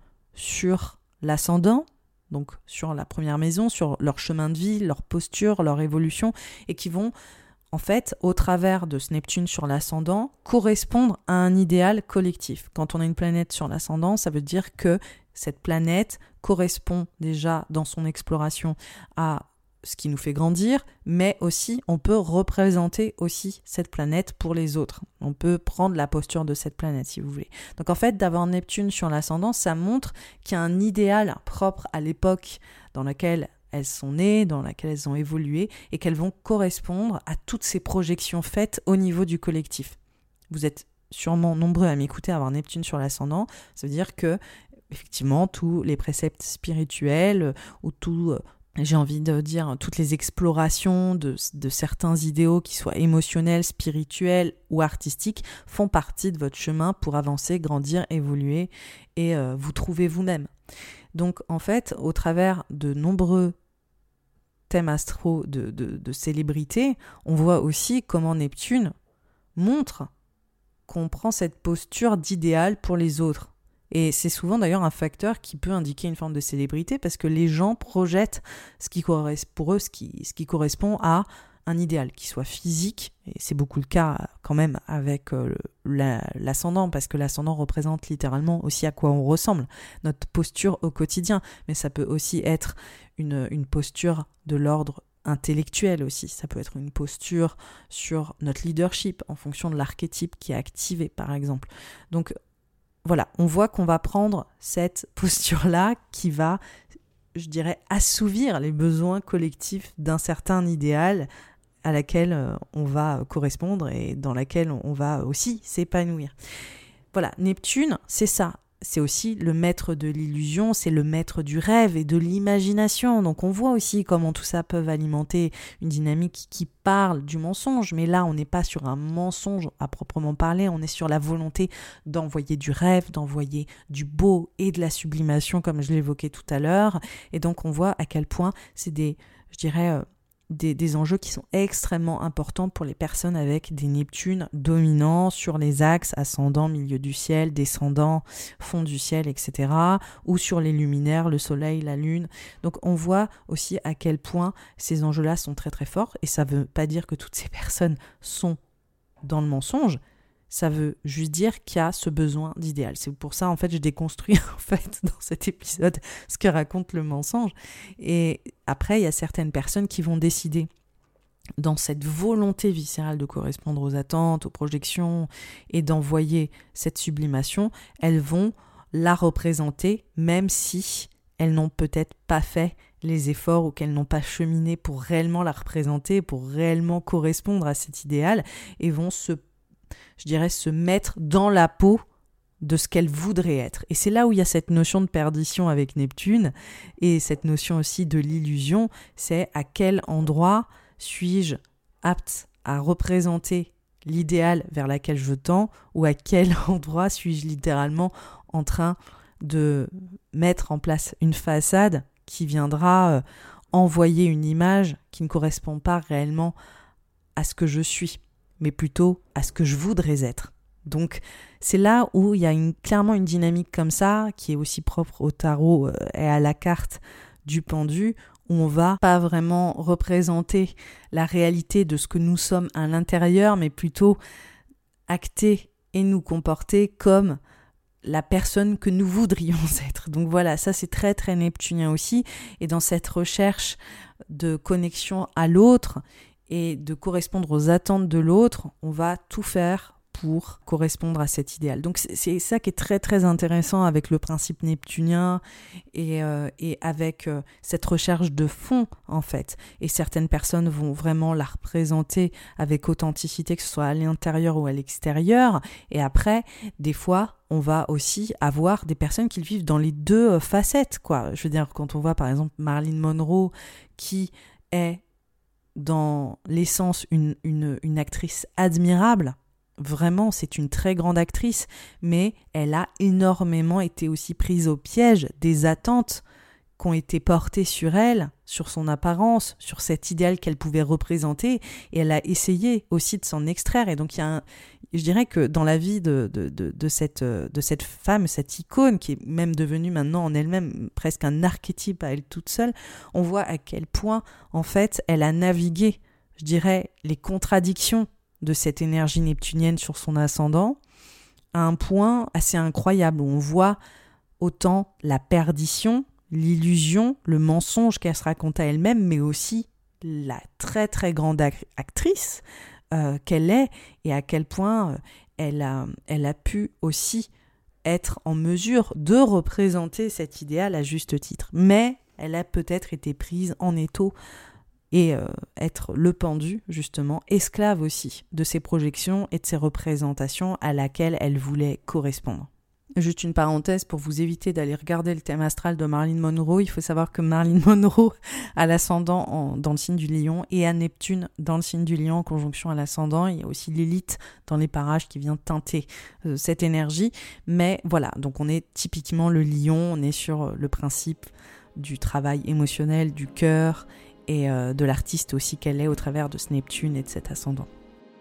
sur l'ascendant, donc sur la première maison, sur leur chemin de vie, leur posture, leur évolution, et qui vont en fait, au travers de ce Neptune sur l'ascendant, correspondre à un idéal collectif. Quand on a une planète sur l'ascendant, ça veut dire que cette planète correspond déjà dans son exploration à ce qui nous fait grandir, mais aussi on peut représenter aussi cette planète pour les autres. On peut prendre la posture de cette planète si vous voulez. Donc en fait, d'avoir Neptune sur l'ascendant, ça montre qu'il y a un idéal propre à l'époque dans laquelle elles sont nées, dans laquelle elles ont évolué, et qu'elles vont correspondre à toutes ces projections faites au niveau du collectif. Vous êtes sûrement nombreux à m'écouter, à avoir Neptune sur l'ascendant. Ça veut dire que, effectivement, tous les préceptes spirituels, ou tout, j'ai envie de dire, toutes les explorations de, de certains idéaux, qui soient émotionnels, spirituels ou artistiques, font partie de votre chemin pour avancer, grandir, évoluer et euh, vous trouver vous-même. Donc, en fait, au travers de nombreux thèmes astro de, de, de célébrités, on voit aussi comment Neptune montre qu'on prend cette posture d'idéal pour les autres. Et c'est souvent d'ailleurs un facteur qui peut indiquer une forme de célébrité parce que les gens projettent ce qui correspond, pour eux ce qui, ce qui correspond à un idéal, qui soit physique, et c'est beaucoup le cas quand même avec euh, la, l'ascendant, parce que l'ascendant représente littéralement aussi à quoi on ressemble, notre posture au quotidien, mais ça peut aussi être une, une posture de l'ordre intellectuel aussi, ça peut être une posture sur notre leadership en fonction de l'archétype qui est activé par exemple. Donc voilà, on voit qu'on va prendre cette posture-là qui va, je dirais, assouvir les besoins collectifs d'un certain idéal à laquelle on va correspondre et dans laquelle on va aussi s'épanouir. Voilà, Neptune, c'est ça. C'est aussi le maître de l'illusion, c'est le maître du rêve et de l'imagination. Donc on voit aussi comment tout ça peut alimenter une dynamique qui parle du mensonge. Mais là, on n'est pas sur un mensonge à proprement parler, on est sur la volonté d'envoyer du rêve, d'envoyer du beau et de la sublimation, comme je l'évoquais tout à l'heure. Et donc on voit à quel point c'est des, je dirais... Euh, Des, des enjeux qui sont extrêmement importants pour les personnes avec des Neptunes dominants sur les axes ascendant, milieu du ciel, descendant, fond du ciel, et cetera, ou sur les luminaires, le soleil, la lune. Donc on voit aussi à quel point ces enjeux-là sont très très forts, et ça ne veut pas dire que toutes ces personnes sont dans le mensonge, ça veut juste dire qu'il y a ce besoin d'idéal. C'est pour ça, en fait, je déconstruis en fait, dans cet épisode ce que raconte le mensonge. Et après, il y a certaines personnes qui vont décider, dans cette volonté viscérale de correspondre aux attentes, aux projections, et d'envoyer cette sublimation, elles vont la représenter, même si elles n'ont peut-être pas fait les efforts ou qu'elles n'ont pas cheminé pour réellement la représenter, pour réellement correspondre à cet idéal, et vont se je dirais, se mettre dans la peau de ce qu'elle voudrait être. Et c'est là où il y a cette notion de perdition avec Neptune et cette notion aussi de l'illusion, c'est à quel endroit suis-je apte à représenter l'idéal vers lequel je tends ou à quel endroit suis-je littéralement en train de mettre en place une façade qui viendra euh, envoyer une image qui ne correspond pas réellement à ce que je suis, mais plutôt à ce que je voudrais être. Donc, c'est là où il y a une, clairement une dynamique comme ça, qui est aussi propre au tarot euh, et à la carte du pendu, où on va pas vraiment représenter la réalité de ce que nous sommes à l'intérieur, mais plutôt acter et nous comporter comme la personne que nous voudrions être. Donc voilà, ça c'est très très neptunien aussi, et dans cette recherche de connexion à l'autre, et de correspondre aux attentes de l'autre, on va tout faire pour correspondre à cet idéal. Donc c'est, c'est ça qui est très très intéressant avec le principe neptunien et, euh, et avec euh, cette recherche de fond en fait. Et certaines personnes vont vraiment la représenter avec authenticité, que ce soit à l'intérieur ou à l'extérieur. Et après, des fois, on va aussi avoir des personnes qui vivent dans les deux facettes, quoi. Je veux dire, quand on voit par exemple Marilyn Monroe qui est dans l'essence une, une, une actrice admirable, vraiment c'est une très grande actrice, mais elle a énormément été aussi prise au piège des attentes qui ont été portées sur elle, sur son apparence, sur cet idéal qu'elle pouvait représenter, et elle a essayé aussi de s'en extraire. Et donc il y a un, je dirais que dans la vie de, de, de, de, cette, de cette femme, cette icône qui est même devenue maintenant en elle-même presque un archétype à elle toute seule, on voit à quel point en fait elle a navigué, je dirais, les contradictions de cette énergie neptunienne sur son ascendant à un point assez incroyable où on voit autant la perdition, l'illusion, le mensonge qu'elle se raconte à elle-même, mais aussi la très très grande actrice euh, qu'elle est et à quel point euh, elle, a, elle a pu aussi être en mesure de représenter cet idéal à juste titre. Mais elle a peut-être été prise en étau et euh, être le pendu, justement, esclave aussi de ses projections et de ses représentations à laquelle elle voulait correspondre. Juste une parenthèse pour vous éviter d'aller regarder le thème astral de Marilyn Monroe. Il faut savoir que Marilyn Monroe a l'ascendant en, dans le signe du lion et a Neptune dans le signe du lion en conjonction à l'ascendant. Il y a aussi Lilith dans les parages qui vient teinter euh, cette énergie. Mais voilà, donc on est typiquement le lion, on est sur le principe du travail émotionnel, du cœur et euh, de l'artiste aussi qu'elle est au travers de ce Neptune et de cet ascendant.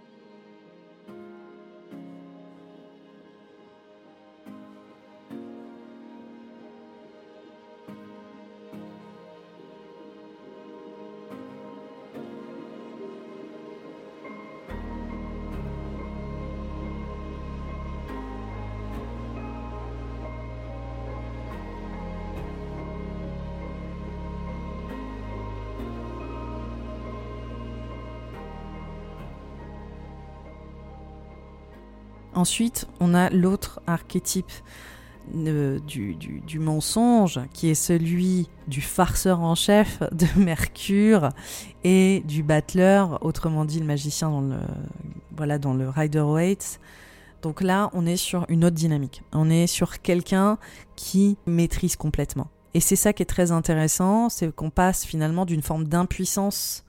Ensuite, on a l'autre archétype euh, du, du, du mensonge, qui est celui du farceur en chef de Mercure et du battleur, autrement dit le magicien dans le, voilà, dans le Rider-Waite. Donc là, on est sur une autre dynamique. On est sur quelqu'un qui maîtrise complètement. Et c'est ça qui est très intéressant, c'est qu'on passe finalement d'une forme d'impuissance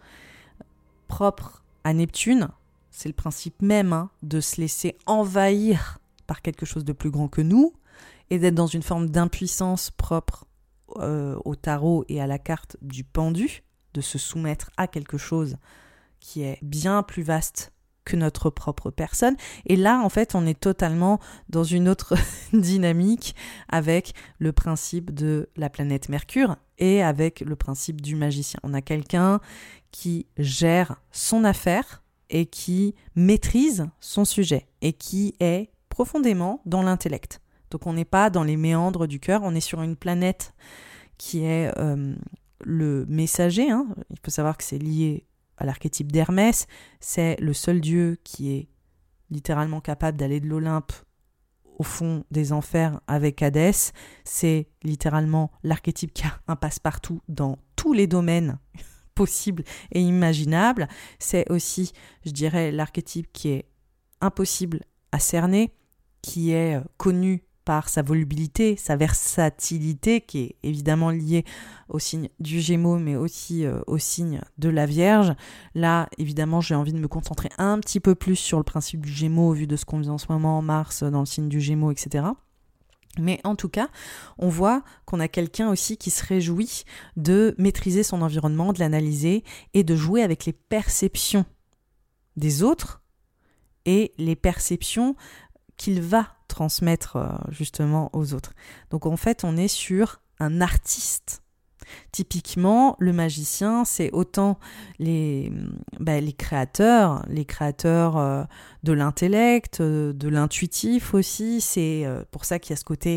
propre à Neptune. C'est le principe même hein, de se laisser envahir par quelque chose de plus grand que nous et d'être dans une forme d'impuissance propre euh, au tarot et à la carte du pendu, de se soumettre à quelque chose qui est bien plus vaste que notre propre personne. Et là, en fait, on est totalement dans une autre dynamique avec le principe de la planète Mercure et avec le principe du magicien. On a quelqu'un qui gère son affaire et qui maîtrise son sujet et qui est profondément dans l'intellect. Donc on n'est pas dans les méandres du cœur, on est sur une planète qui est euh, le messager. Hein. Il faut savoir que c'est lié à l'archétype d'Hermès. C'est le seul dieu qui est littéralement capable d'aller de l'Olympe au fond des enfers avec Hadès. C'est littéralement l'archétype qui a un passe-partout dans tous les domaines possible et imaginable. C'est aussi, je dirais, l'archétype qui est impossible à cerner, qui est connu par sa volubilité, sa versatilité, qui est évidemment liée au signe du Gémeaux, mais aussi euh, au signe de la Vierge. Là, évidemment, j'ai envie de me concentrer un petit peu plus sur le principe du Gémeaux, au vu de ce qu'on vit en ce moment, Mars dans le signe du Gémeaux, et cetera. Mais en tout cas, on voit qu'on a quelqu'un aussi qui se réjouit de maîtriser son environnement, de l'analyser et de jouer avec les perceptions des autres et les perceptions qu'il va transmettre justement aux autres. Donc en fait, on est sur un artiste. Typiquement, le magicien, c'est autant les, bah, les créateurs, les créateurs euh, de l'intellect, euh, de l'intuitif aussi. C'est euh, pour ça qu'il y a ce côté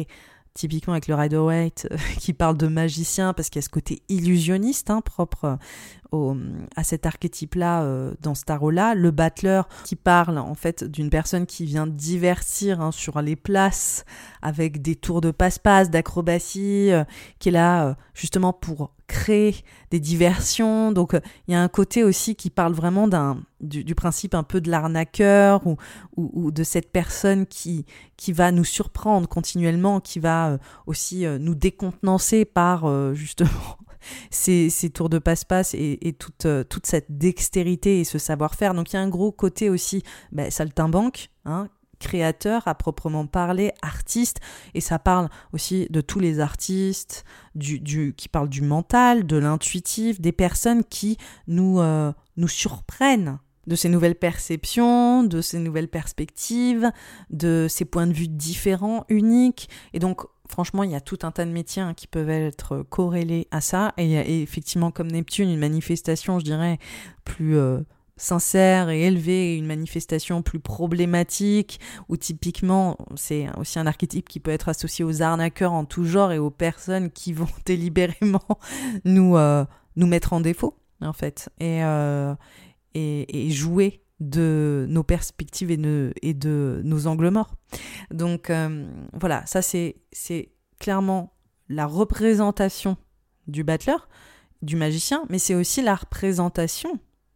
typiquement avec le Rider-Waite euh, qui parle de magicien parce qu'il y a ce côté illusionniste hein, propre au, à cet archétype-là euh, dans ce tarot-là. Le Battler qui parle en fait d'une personne qui vient divertir hein, sur les places avec des tours de passe-passe, d'acrobatie, euh, qui est là euh, justement pour créer des diversions. Donc il euh, y a un côté aussi qui parle vraiment d'un, du, du principe un peu de l'arnaqueur ou, ou, ou de cette personne qui, qui va nous surprendre continuellement, qui va euh, aussi euh, nous décontenancer par euh, justement ces, ces tours de passe-passe et, et toute, euh, toute cette dextérité et ce savoir-faire. Donc il y a un gros côté aussi ben, saltimbanque, hein, créateur à proprement parler, artiste, et ça parle aussi de tous les artistes, du, du, qui parlent du mental, de l'intuitif, des personnes qui nous, euh, nous surprennent de ces nouvelles perceptions, de ces nouvelles perspectives, de ces points de vue différents, uniques, et donc franchement, il y a tout un tas de métiers hein, qui peuvent être corrélés à ça, et il y a et effectivement comme Neptune, une manifestation, je dirais, plus... Euh, sincère et élevé, une manifestation plus problématique, où typiquement, c'est aussi un archétype qui peut être associé aux arnaqueurs en tout genre et aux personnes qui vont délibérément nous, euh, nous mettre en défaut, en fait, et, euh, et, et jouer de nos perspectives et de, et de nos angles morts. Donc euh, voilà, ça c'est, c'est clairement la représentation du Battler, du magicien, mais c'est aussi la représentation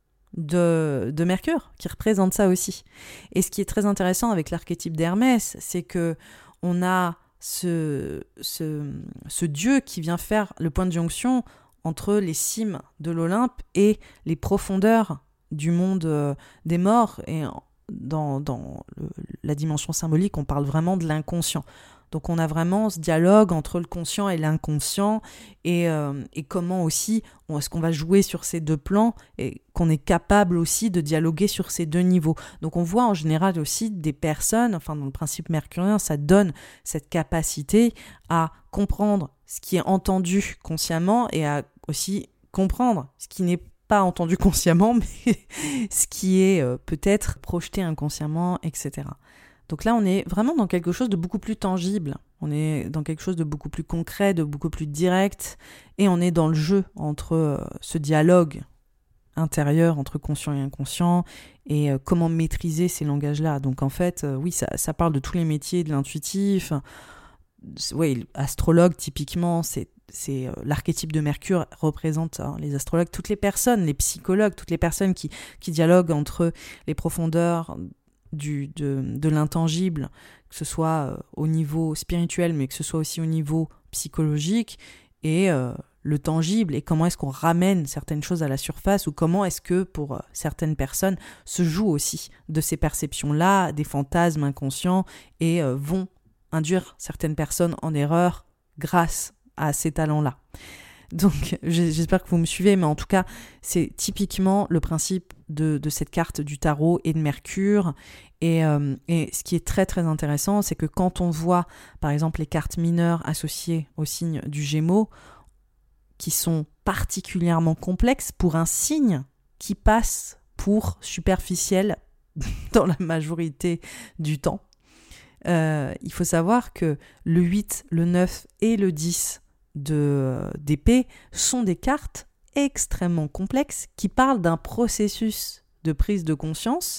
De, de Mercure, qui représente ça aussi. Et ce qui est très intéressant avec l'archétype d'Hermès, c'est que on a ce, ce, ce dieu qui vient faire le point de jonction entre les cimes de l'Olympe et les profondeurs du monde euh, des morts. Et dans, dans le, la dimension symbolique, on parle vraiment de l'inconscient. Donc on a vraiment ce dialogue entre le conscient et l'inconscient et, euh, et comment aussi on, est-ce qu'on va jouer sur ces deux plans et qu'on est capable aussi de dialoguer sur ces deux niveaux. Donc on voit en général aussi des personnes, enfin dans le principe mercurien, ça donne cette capacité à comprendre ce qui est entendu consciemment et à aussi comprendre ce qui n'est pas entendu consciemment, mais ce qui est euh, peut-être projeté inconsciemment, et cetera. Donc là, on est vraiment dans quelque chose de beaucoup plus tangible. On est dans quelque chose de beaucoup plus concret, de beaucoup plus direct. Et on est dans le jeu entre euh, ce dialogue intérieur entre conscient et inconscient et euh, comment maîtriser ces langages-là. Donc en fait, euh, oui, ça, ça parle de tous les métiers de l'intuitif. Oui, astrologue, typiquement, c'est, c'est euh, l'archétype de Mercure représente hein, les astrologues, toutes les personnes, les psychologues, toutes les personnes qui, qui dialoguent entre les profondeurs Du, de, de l'intangible, que ce soit euh, au niveau spirituel, mais que ce soit aussi au niveau psychologique, et euh, le tangible, et comment est-ce qu'on ramène certaines choses à la surface, ou comment est-ce que, pour euh, certaines personnes, se joue aussi de ces perceptions-là, des fantasmes inconscients, et euh, vont induire certaines personnes en erreur grâce à ces talents-là. Donc j'espère que vous me suivez, mais en tout cas, c'est typiquement le principe de, de cette carte du tarot et de Mercure. Et, euh, et ce qui est très très intéressant, c'est que quand on voit par exemple les cartes mineures associées au signe du Gémeaux, qui sont particulièrement complexes pour un signe qui passe pour superficiel dans la majorité du temps, euh, il faut savoir que le huit, le neuf et le dix de, d'épée sont des cartes extrêmement complexes qui parlent d'un processus de prise de conscience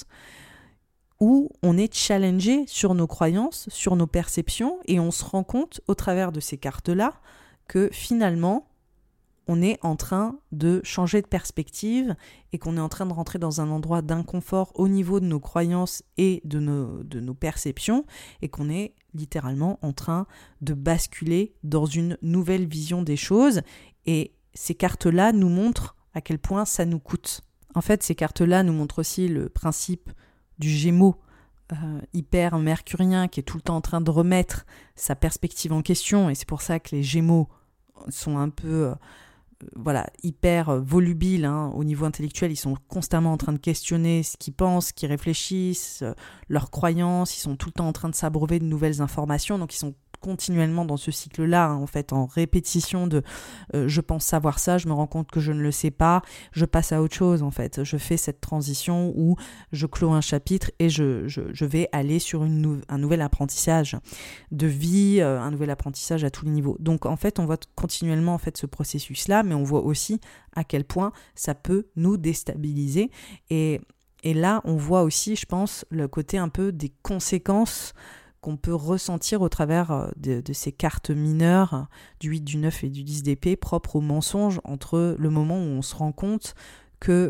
où on est challengé sur nos croyances, sur nos perceptions, et on se rend compte au travers de ces cartes-là que finalement on est en train de changer de perspective et qu'on est en train de rentrer dans un endroit d'inconfort au niveau de nos croyances et de nos, de nos perceptions, et qu'on est littéralement en train de basculer dans une nouvelle vision des choses. Et ces cartes-là nous montrent à quel point ça nous coûte. En fait, ces cartes-là nous montrent aussi le principe du Gémeaux euh, hyper mercurien qui est tout le temps en train de remettre sa perspective en question, et c'est pour ça que les Gémeaux sont un peu... Euh, voilà, hyper volubiles hein, au niveau intellectuel. Ils sont constamment en train de questionner ce qu'ils pensent, ce qu'ils réfléchissent, euh, leurs croyances. Ils sont tout le temps en train de s'abreuver de nouvelles informations, donc ils sont continuellement dans ce cycle-là, hein, en fait, en répétition de euh, je pense savoir ça, je me rends compte que je ne le sais pas, je passe à autre chose, en fait. Je fais cette transition où je clôt un chapitre et je, je, je vais aller sur une nou- un nouvel apprentissage de vie, euh, un nouvel apprentissage à tous les niveaux. Donc, en fait, on voit continuellement en fait, ce processus-là, mais on voit aussi à quel point ça peut nous déstabiliser. Et, et là, on voit aussi, je pense, le côté un peu des conséquences qu'on peut ressentir au travers de, de ces cartes mineures du huit, du neuf et du dix d'épée propres au mensonge entre le moment où on se rend compte que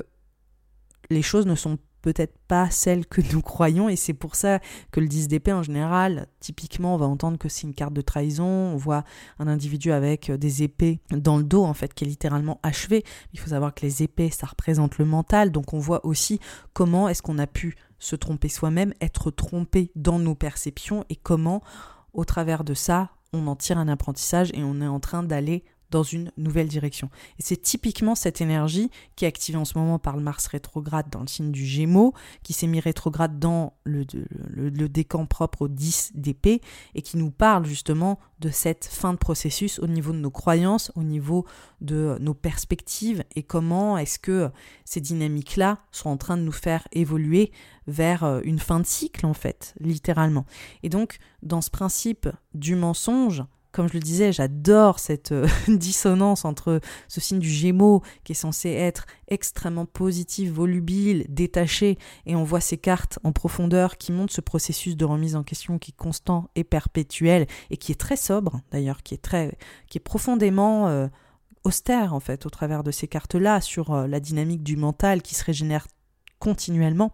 les choses ne sont peut-être pas celles que nous croyons, et c'est pour ça que le dix d'épée en général, typiquement on va entendre que c'est une carte de trahison, on voit un individu avec des épées dans le dos en fait qui est littéralement achevé. Il faut savoir que les épées ça représente le mental, donc on voit aussi comment est-ce qu'on a pu se tromper soi-même, être trompé dans nos perceptions, et comment au travers de ça on en tire un apprentissage et on est en train d'aller dans une nouvelle direction. Et c'est typiquement cette énergie qui est activée en ce moment par le Mars rétrograde dans le signe du Gémeaux, qui s'est mis rétrograde dans le, le, le décan propre au dix d'épée, et qui nous parle justement de cette fin de processus au niveau de nos croyances, au niveau de nos perspectives, et comment est-ce que ces dynamiques-là sont en train de nous faire évoluer vers une fin de cycle, en fait, littéralement. Et donc, dans ce principe du mensonge, comme je le disais, j'adore cette euh, dissonance entre ce signe du Gémeaux qui est censé être extrêmement positif, volubile, détaché, et on voit ces cartes en profondeur qui montrent ce processus de remise en question qui est constant et perpétuel et qui est très sobre d'ailleurs, qui est très, qui est profondément euh, austère en fait au travers de ces cartes-là sur euh, la dynamique du mental qui se régénère continuellement.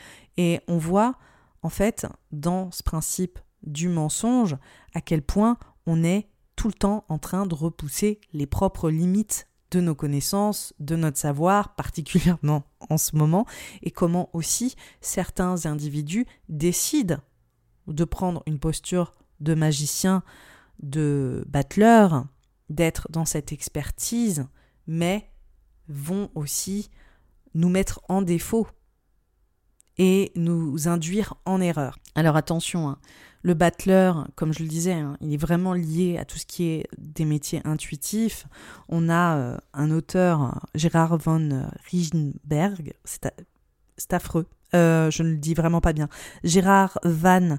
Et on voit en fait dans ce principe du mensonge à quel point on est tout le temps en train de repousser les propres limites de nos connaissances, de notre savoir, particulièrement en ce moment, et comment aussi certains individus décident de prendre une posture de magicien, de battleur, d'être dans cette expertise, mais vont aussi nous mettre en défaut et nous induire en erreur. Alors attention, hein, le battleur, comme je le disais, hein, il est vraiment lié à tout ce qui est des métiers intuitifs. On a euh, un auteur, Gérard von Rigenberg, c'est, a- c'est affreux, euh, je ne le dis vraiment pas bien, Gérard van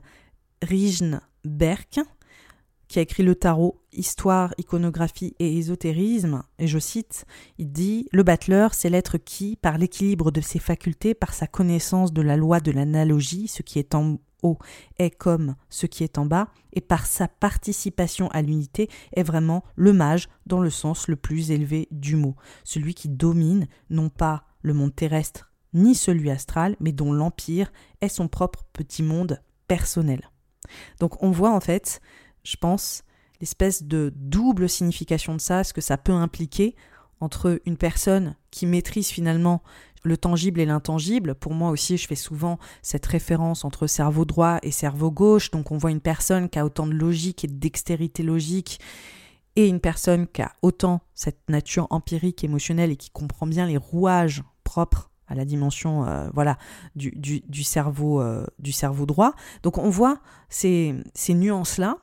Rigenberg, qui a écrit le tarot, histoire, iconographie et ésotérisme, et je cite, il dit « Le battleur, c'est l'être qui, par l'équilibre de ses facultés, par sa connaissance de la loi de l'analogie, ce qui est en haut est comme ce qui est en bas, et par sa participation à l'unité, est vraiment le mage dans le sens le plus élevé du mot, celui qui domine non pas le monde terrestre ni celui astral, mais dont l'empire est son propre petit monde personnel. » Donc on voit en fait, je pense, l'espèce de double signification de ça, ce que ça peut impliquer entre une personne qui maîtrise finalement le tangible et l'intangible. Pour moi aussi, je fais souvent cette référence entre cerveau droit et cerveau gauche. Donc on voit une personne qui a autant de logique et de dextérité logique et une personne qui a autant cette nature empirique, émotionnelle et qui comprend bien les rouages propres à la dimension euh, voilà, du, du, du, cerveau, euh, du cerveau droit. Donc on voit ces, ces nuances-là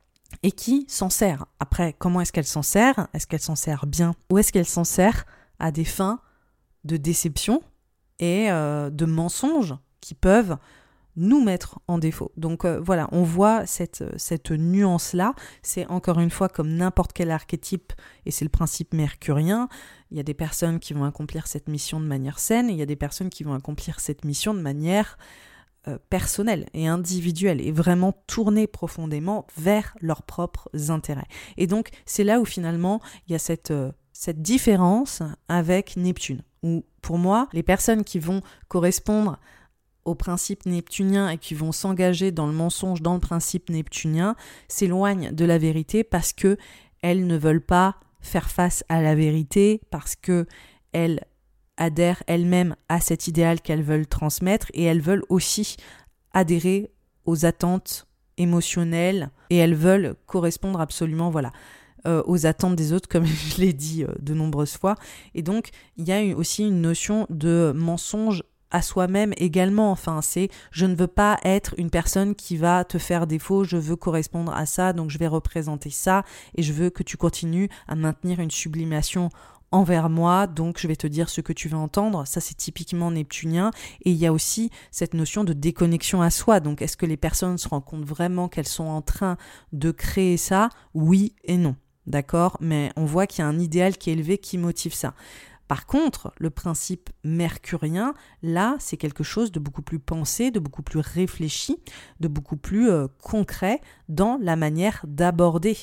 et qui s'en sert. Après, comment est-ce qu'elle s'en sert ? Est-ce qu'elle s'en sert bien ? Ou est-ce qu'elle s'en sert à des fins de déception et euh, de mensonges qui peuvent nous mettre en défaut ? Donc euh, voilà, on voit cette, cette nuance-là. C'est encore une fois comme n'importe quel archétype, et c'est le principe mercurien. Il y a des personnes qui vont accomplir cette mission de manière saine, et il y a des personnes qui vont accomplir cette mission de manière Euh, personnelle et individuelle et vraiment tournée profondément vers leurs propres intérêts. Et donc, c'est là où finalement, il y a cette, euh, cette différence avec Neptune, où pour moi, les personnes qui vont correspondre au principe neptunien et qui vont s'engager dans le mensonge, dans le principe neptunien, s'éloignent de la vérité parce qu'elles ne veulent pas faire face à la vérité, parce qu'elles adhèrent elles-mêmes à cet idéal qu'elles veulent transmettre, et elles veulent aussi adhérer aux attentes émotionnelles, et elles veulent correspondre absolument voilà, euh, aux attentes des autres, comme je l'ai dit euh, de nombreuses fois. Et donc, il y a aussi une notion de mensonge à soi-même également. Enfin, c'est je ne veux pas être une personne qui va te faire défaut, je veux correspondre à ça, donc je vais représenter ça et je veux que tu continues à maintenir une sublimation envers moi, donc je vais te dire ce que tu veux entendre. Ça, c'est typiquement neptunien. Et il y a aussi cette notion de déconnexion à soi. Donc, est-ce que les personnes se rendent compte vraiment qu'elles sont en train de créer ça ? Oui et non. D'accord ? Mais on voit qu'il y a un idéal qui est élevé qui motive ça. Par contre, le principe mercurien, là, c'est quelque chose de beaucoup plus pensé, de beaucoup plus réfléchi, de beaucoup plus euh, concret dans la manière d'aborder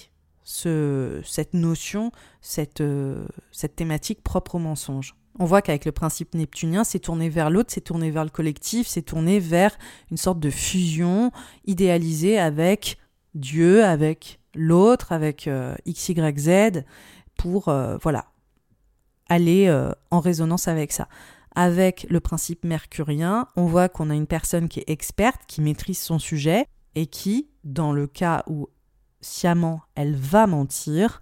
Ce, cette notion, cette, euh, cette thématique propre au mensonge. On voit qu'avec le principe neptunien, c'est tourné vers l'autre, c'est tourné vers le collectif, c'est tourné vers une sorte de fusion idéalisée avec Dieu, avec l'autre, avec euh, X, Y, Z, pour euh, voilà, aller euh, en résonance avec ça. Avec le principe mercurien, on voit qu'on a une personne qui est experte, qui maîtrise son sujet et qui, dans le cas où sciemment elle va mentir,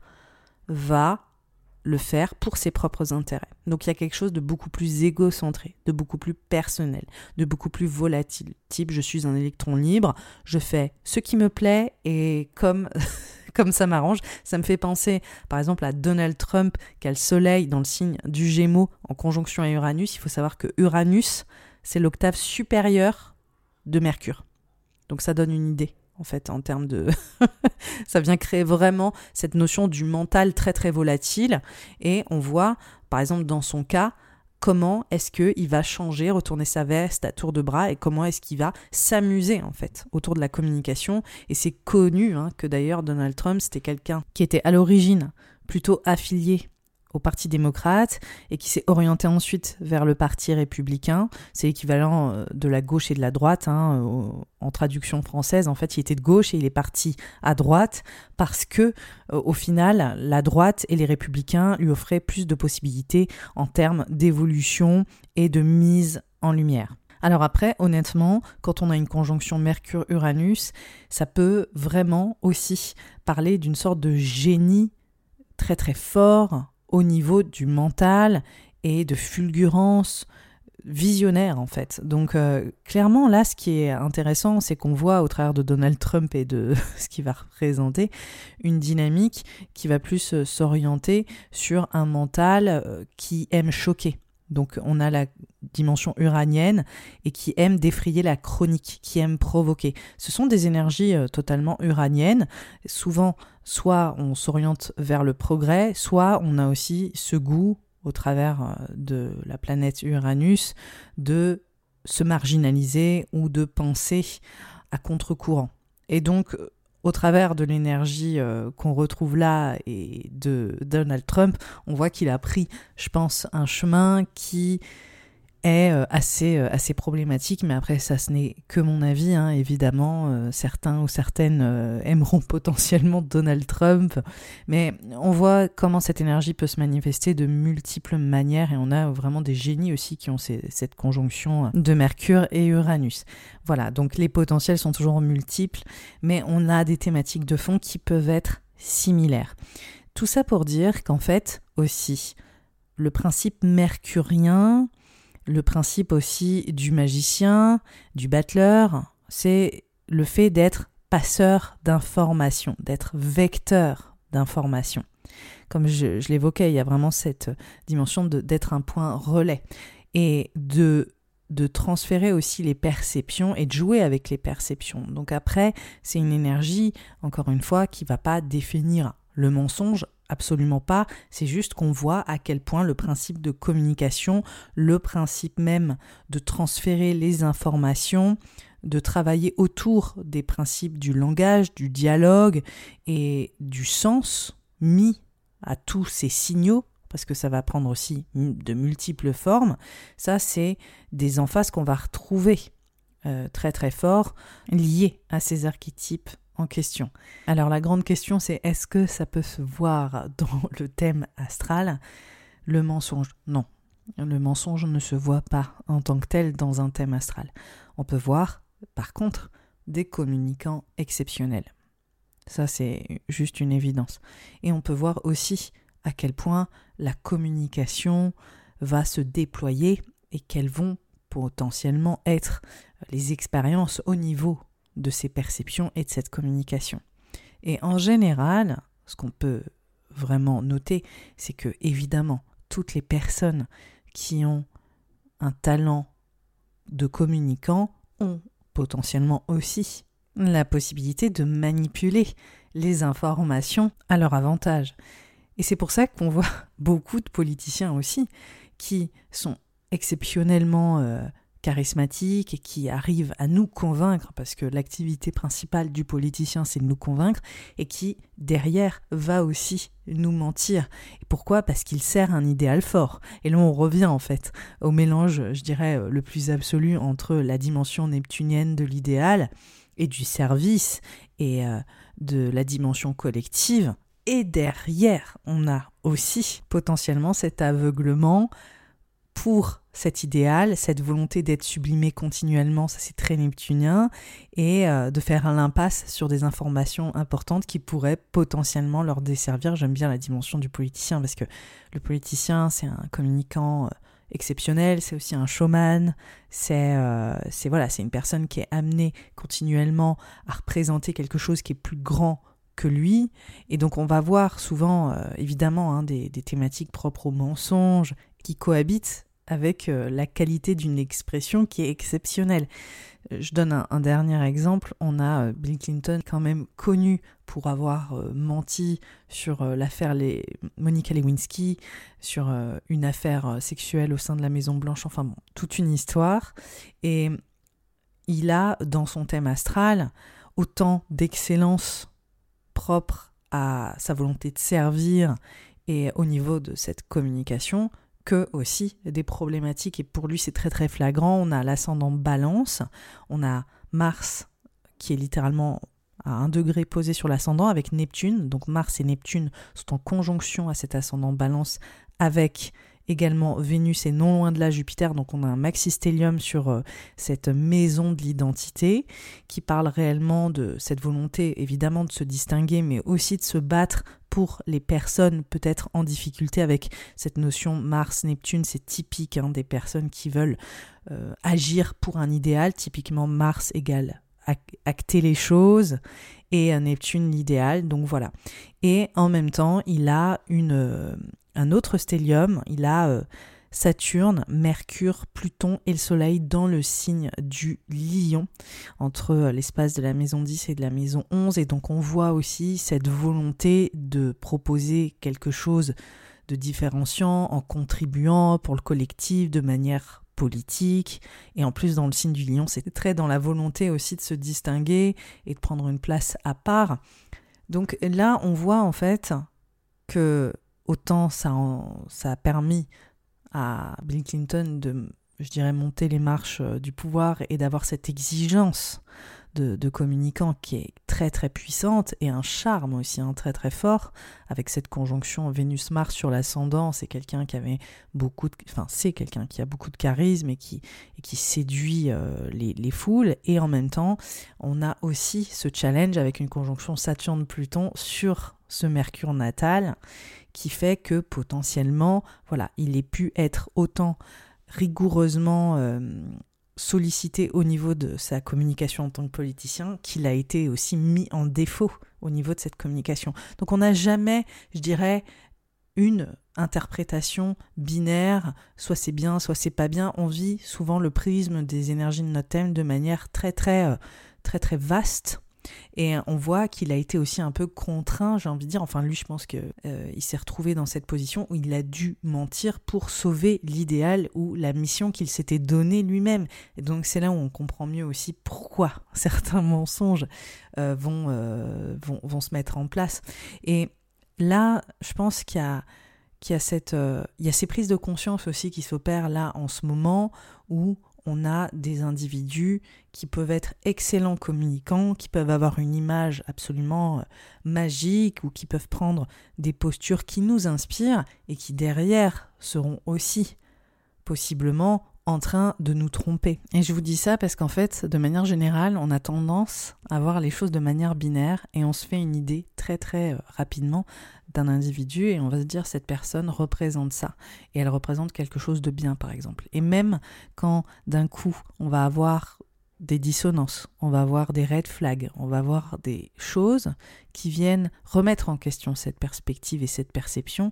va le faire pour ses propres intérêts. Donc il y a quelque chose de beaucoup plus égocentré, de beaucoup plus personnel, de beaucoup plus volatile. Type, je suis un électron libre, je fais ce qui me plaît et comme, comme ça m'arrange. Ça me fait penser par exemple à Donald Trump qui a le soleil dans le signe du Gémeaux en conjonction à Uranus. Il faut savoir que Uranus, c'est l'octave supérieure de Mercure. Donc ça donne une idée. En fait, en termes de... ça vient créer vraiment cette notion du mental très très volatile et on voit, par exemple dans son cas, comment est-ce qu'il va changer, retourner sa veste à tour de bras et comment est-ce qu'il va s'amuser en fait autour de la communication. Et c'est connu hein, que d'ailleurs Donald Trump, c'était quelqu'un qui était à l'origine plutôt affilié au Parti démocrate et qui s'est orienté ensuite vers le Parti républicain. C'est l'équivalent de la gauche et de la droite. Hein, en traduction française, en fait, il était de gauche et il est parti à droite parce que, au final, la droite et les républicains lui offraient plus de possibilités en termes d'évolution et de mise en lumière. Alors après, honnêtement, quand on a une conjonction Mercure-Uranus, ça peut vraiment aussi parler d'une sorte de génie très très fort au niveau du mental et de fulgurance visionnaire en fait. Donc euh, clairement là ce qui est intéressant c'est qu'on voit au travers de Donald Trump et de ce qu'il va représenter une dynamique qui va plus euh, s'orienter sur un mental euh, qui aime choquer. Donc on a la dimension uranienne et qui aime défrayer la chronique, qui aime provoquer. Ce sont des énergies euh, totalement uraniennes. Souvent, soit on s'oriente vers le progrès, soit on a aussi ce goût, au travers euh, de la planète Uranus, de se marginaliser ou de penser à contre-courant. Et donc, au travers de l'énergie euh, qu'on retrouve là et de Donald Trump, on voit qu'il a pris, je pense, un chemin qui est euh, assez, euh, assez problématique, mais après ça ce n'est que mon avis, hein, évidemment, euh, certains ou certaines euh, aimeront potentiellement Donald Trump, mais on voit comment cette énergie peut se manifester de multiples manières et on a vraiment des génies aussi qui ont ces, cette conjonction de Mercure et Uranus. Voilà, donc les potentiels sont toujours multiples, mais on a des thématiques de fond qui peuvent être similaires. Tout ça pour dire qu'en fait aussi, le principe mercurien, le principe aussi du magicien, du battleur, c'est le fait d'être passeur d'informations, d'être vecteur d'informations. Comme je, je l'évoquais, il y a vraiment cette dimension de, d'être un point relais et de, de transférer aussi les perceptions et de jouer avec les perceptions. Donc après, c'est une énergie, encore une fois, qui ne va pas définir le mensonge. Absolument pas, c'est juste qu'on voit à quel point le principe de communication, le principe même de transférer les informations, de travailler autour des principes du langage, du dialogue et du sens mis à tous ces signaux, parce que ça va prendre aussi de multiples formes, ça c'est des emphases qu'on va retrouver euh, très très fort liées à ces archétypes en question. Alors la grande question c'est est-ce que ça peut se voir dans le thème astral ? Le mensonge, non. Le mensonge ne se voit pas en tant que tel dans un thème astral. On peut voir par contre des communicants exceptionnels. Ça c'est juste une évidence. Et on peut voir aussi à quel point la communication va se déployer et quels vont potentiellement être les expériences au niveau de ces perceptions et de cette communication. Et en général, ce qu'on peut vraiment noter, c'est que évidemment, toutes les personnes qui ont un talent de communicant ont potentiellement aussi la possibilité de manipuler les informations à leur avantage. Et c'est pour ça qu'on voit beaucoup de politiciens aussi qui sont exceptionnellement euh, charismatiques et qui arrivent à nous convaincre, parce que l'activité principale du politicien, c'est de nous convaincre, et qui, derrière, va aussi nous mentir. Et pourquoi ? Parce qu'il sert un idéal fort. Et là, on revient en fait au mélange, je dirais, le plus absolu entre la dimension neptunienne de l'idéal et du service et euh, de la dimension collective. Et derrière, on a aussi potentiellement cet aveuglement pour cet idéal, cette volonté d'être sublimé continuellement, ça c'est très neptunien, et euh, de faire un impasse sur des informations importantes qui pourraient potentiellement leur desservir. J'aime bien la dimension du politicien, parce que le politicien, c'est un communicant euh, exceptionnel, c'est aussi un showman, c'est, euh, c'est, voilà, c'est une personne qui est amenée continuellement à représenter quelque chose qui est plus grand que lui, et donc on va voir souvent, euh, évidemment, hein, des, des thématiques propres au mensonge qui cohabitent avec euh, la qualité d'une expression qui est exceptionnelle. Je donne un, un dernier exemple. On a euh, Bill Clinton, quand même connu pour avoir euh, menti sur euh, l'affaire les... Monica Lewinsky, sur euh, une affaire euh, sexuelle au sein de la Maison-Blanche, enfin bon, toute une histoire. Et il a, dans son thème astral, autant d'excellence propre à sa volonté de servir et au niveau de cette communication, que aussi des problématiques, et pour lui c'est très très flagrant. On a l'ascendant Balance, on a Mars qui est littéralement à un degré posé sur l'ascendant avec Neptune, donc Mars et Neptune sont en conjonction à cet ascendant Balance, avec également Vénus et non loin de là Jupiter, donc on a un maxistélium sur euh, cette maison de l'identité qui parle réellement de cette volonté évidemment de se distinguer, mais aussi de se battre pour les personnes peut-être en difficulté. Avec cette notion Mars-Neptune, c'est typique hein, des personnes qui veulent euh, agir pour un idéal. Typiquement Mars égale acter les choses et euh, Neptune l'idéal, donc voilà. Et en même temps, il a une, euh, un autre stélium, il a euh, Saturne, Mercure, Pluton et le Soleil dans le signe du Lion, entre l'espace de la maison dix et de la maison onze. Et donc on voit aussi cette volonté de proposer quelque chose de différenciant en contribuant pour le collectif de manière politique. Et en plus dans le signe du Lion, c'est très dans la volonté aussi de se distinguer et de prendre une place à part. Donc là on voit en fait que autant ça, en, ça a permis à Bill Clinton de, je dirais, monter les marches du pouvoir et d'avoir cette exigence de, de communicant qui est très très puissante, et un charme aussi hein, très très fort, avec cette conjonction Vénus-Mars sur l'ascendant. C'est quelqu'un qui avait beaucoup de, enfin c'est quelqu'un qui a beaucoup de charisme et qui, et qui séduit euh, les, les foules. Et en même temps, on a aussi ce challenge avec une conjonction Saturne-Pluton sur ce Mercure natal, qui fait que potentiellement, voilà, il ait pu être autant rigoureusement euh, sollicité au niveau de sa communication en tant que politicien, qu'il a été aussi mis en défaut au niveau de cette communication. Donc on n'a jamais, je dirais, une interprétation binaire, soit c'est bien, soit c'est pas bien. On vit souvent le prisme des énergies de notre thème de manière très très très très vaste. Et on voit qu'il a été aussi un peu contraint, j'ai envie de dire, enfin lui je pense qu'il euh, s'est retrouvé dans cette position où il a dû mentir pour sauver l'idéal ou la mission qu'il s'était donnée lui-même. Et donc c'est là où on comprend mieux aussi pourquoi certains mensonges euh, vont, euh, vont, vont se mettre en place. Et là, je pense qu'il y a, qu'il y a, cette, euh, il y a ces prises de conscience aussi qui s'opèrent là en ce moment, où on a des individus qui peuvent être excellents communicants, qui peuvent avoir une image absolument magique, ou qui peuvent prendre des postures qui nous inspirent et qui derrière seront aussi possiblement en train de nous tromper. Et je vous dis ça parce qu'en fait, de manière générale, on a tendance à voir les choses de manière binaire et on se fait une idée très très euh, rapidement d'un individu et on va se dire cette personne représente ça et elle représente quelque chose de bien par exemple. Et même quand d'un coup on va avoir des dissonances, on va avoir des red flags, on va avoir des choses qui viennent remettre en question cette perspective et cette perception,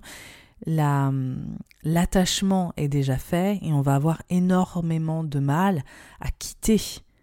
La, l'attachement est déjà fait et on va avoir énormément de mal à quitter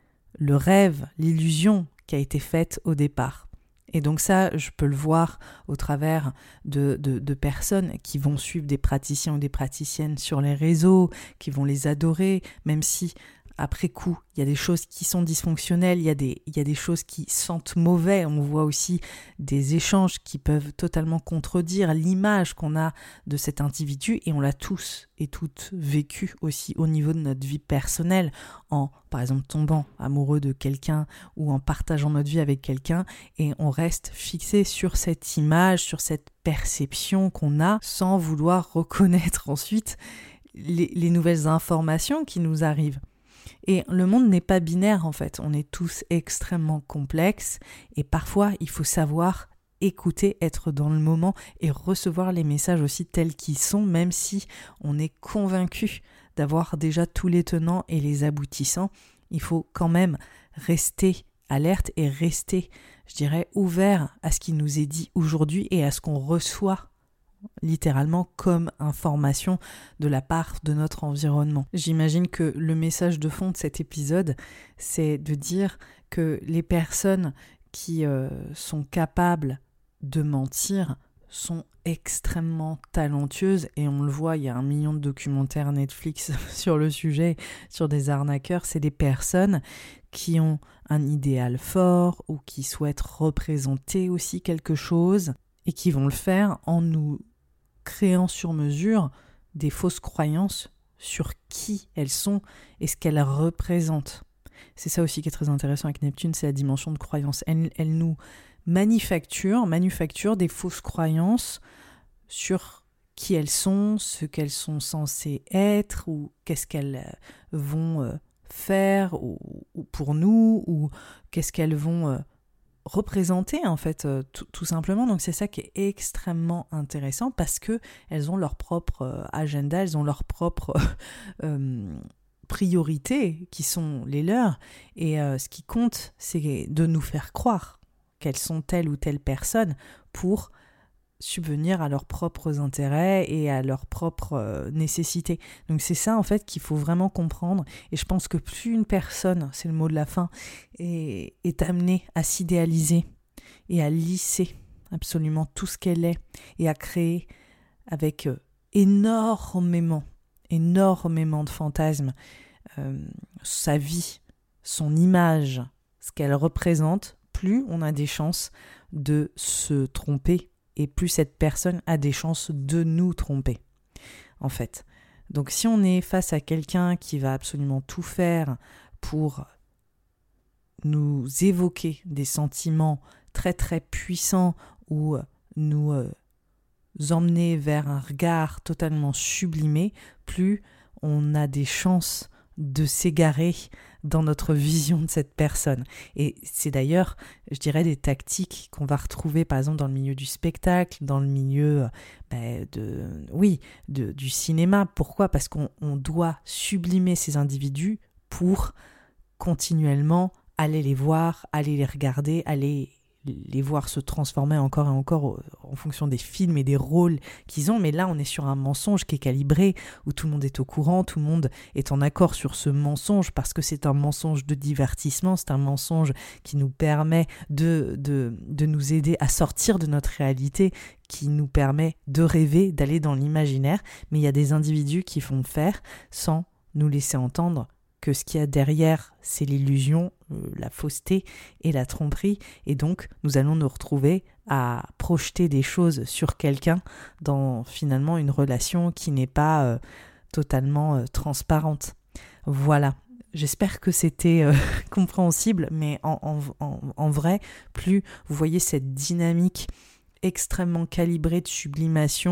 le rêve, l'illusion qui a été faite au départ. Et donc ça, je peux le voir au travers de, de, de personnes qui vont suivre des praticiens ou des praticiennes sur les réseaux, qui vont les adorer, même si après coup, il y a des choses qui sont dysfonctionnelles, il y a des, il y a des choses qui sentent mauvais. On voit aussi des échanges qui peuvent totalement contredire l'image qu'on a de cet individu et on l'a tous et toutes vécu aussi au niveau de notre vie personnelle en, par exemple, tombant amoureux de quelqu'un ou en partageant notre vie avec quelqu'un et on reste fixé sur cette image, sur cette perception qu'on a sans vouloir reconnaître ensuite les, les nouvelles informations qui nous arrivent. Et le monde n'est pas binaire en fait, on est tous extrêmement complexes et parfois il faut savoir écouter, être dans le moment et recevoir les messages aussi tels qu'ils sont, même si on est convaincu d'avoir déjà tous les tenants et les aboutissants, il faut quand même rester alerte et rester, je dirais, ouvert à ce qui nous est dit aujourd'hui et à ce qu'on reçoit littéralement comme information de la part de notre environnement. J'imagine que le message de fond de cet épisode, c'est de dire que les personnes qui euh, sont capables de mentir sont extrêmement talentueuses et on le voit, il y a un million de documentaires Netflix sur le sujet, sur des arnaqueurs, c'est des personnes qui ont un idéal fort ou qui souhaitent représenter aussi quelque chose et qui vont le faire en nous créant sur mesure des fausses croyances sur qui elles sont et ce qu'elles représentent. C'est ça aussi qui est très intéressant avec Neptune, c'est la dimension de croyance. Elle, elle nous manufacture, manufacture des fausses croyances sur qui elles sont, ce qu'elles sont censées être ou qu'est-ce qu'elles vont faire ou, ou pour nous ou qu'est-ce qu'elles vont représenter en fait euh, tout, tout simplement. Donc c'est ça qui est extrêmement intéressant parce que elles ont leur propre euh, agenda, elles ont leurs propres euh, priorités qui sont les leurs et euh, ce qui compte c'est de nous faire croire qu'elles sont telle ou telle personne pour subvenir à leurs propres intérêts et à leurs propres euh, nécessités. Donc c'est ça en fait qu'il faut vraiment comprendre et je pense que plus une personne, c'est le mot de la fin, est, est amenée à s'idéaliser et à lisser absolument tout ce qu'elle est et à créer avec euh, énormément, énormément de fantasmes euh, sa vie, son image, ce qu'elle représente, plus on a des chances de se tromper et plus cette personne a des chances de nous tromper, en fait. Donc si on est face à quelqu'un qui va absolument tout faire pour nous évoquer des sentiments très très puissants ou nous euh, emmener vers un regard totalement sublimé, plus on a des chances de s'égarer dans notre vision de cette personne. Et c'est d'ailleurs, je dirais, des tactiques qu'on va retrouver par exemple dans le milieu du spectacle, dans le milieu ben, de, oui, de, du cinéma. Pourquoi ? Parce qu'on on doit sublimer ces individus pour continuellement aller les voir, aller les regarder, aller les voir se transformer encore et encore en fonction des films et des rôles qu'ils ont. Mais là, on est sur un mensonge qui est calibré, où tout le monde est au courant, tout le monde est en accord sur ce mensonge, parce que c'est un mensonge de divertissement, c'est un mensonge qui nous permet de, de, de nous aider à sortir de notre réalité, qui nous permet de rêver, d'aller dans l'imaginaire. Mais il y a des individus qui font faire sans nous laisser entendre que ce qu'il y a derrière, c'est l'illusion, euh, la fausseté et la tromperie. Et donc, nous allons nous retrouver à projeter des choses sur quelqu'un dans finalement une relation qui n'est pas euh, totalement euh, transparente. Voilà. J'espère que c'était euh, compréhensible, mais en, en, en, en vrai, plus vous voyez cette dynamique extrêmement calibrée de sublimation,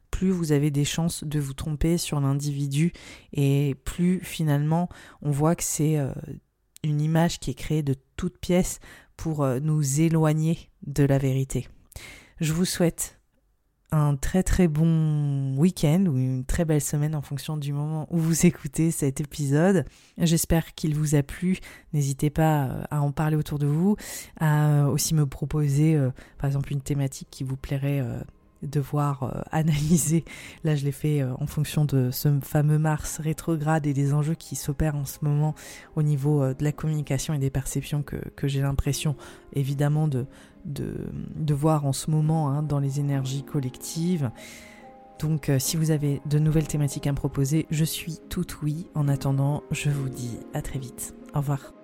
plus vous avez des chances de vous tromper sur l'individu et plus finalement on voit que c'est euh, une image qui est créée de toutes pièces pour euh, nous éloigner de la vérité. Je vous souhaite un très très bon week-end ou une très belle semaine en fonction du moment où vous écoutez cet épisode. J'espère qu'il vous a plu. N'hésitez pas à en parler autour de vous, à aussi me proposer euh, par exemple une thématique qui vous plairait euh, de voir euh, analyser. Là je l'ai fait euh, en fonction de ce fameux Mars rétrograde et des enjeux qui s'opèrent en ce moment au niveau euh, de la communication et des perceptions que, que j'ai l'impression évidemment de De, de voir en ce moment hein, dans les énergies collectives. Donc euh, si vous avez de nouvelles thématiques à me proposer, je suis toute oui. En attendant, je vous dis à très vite. Au revoir.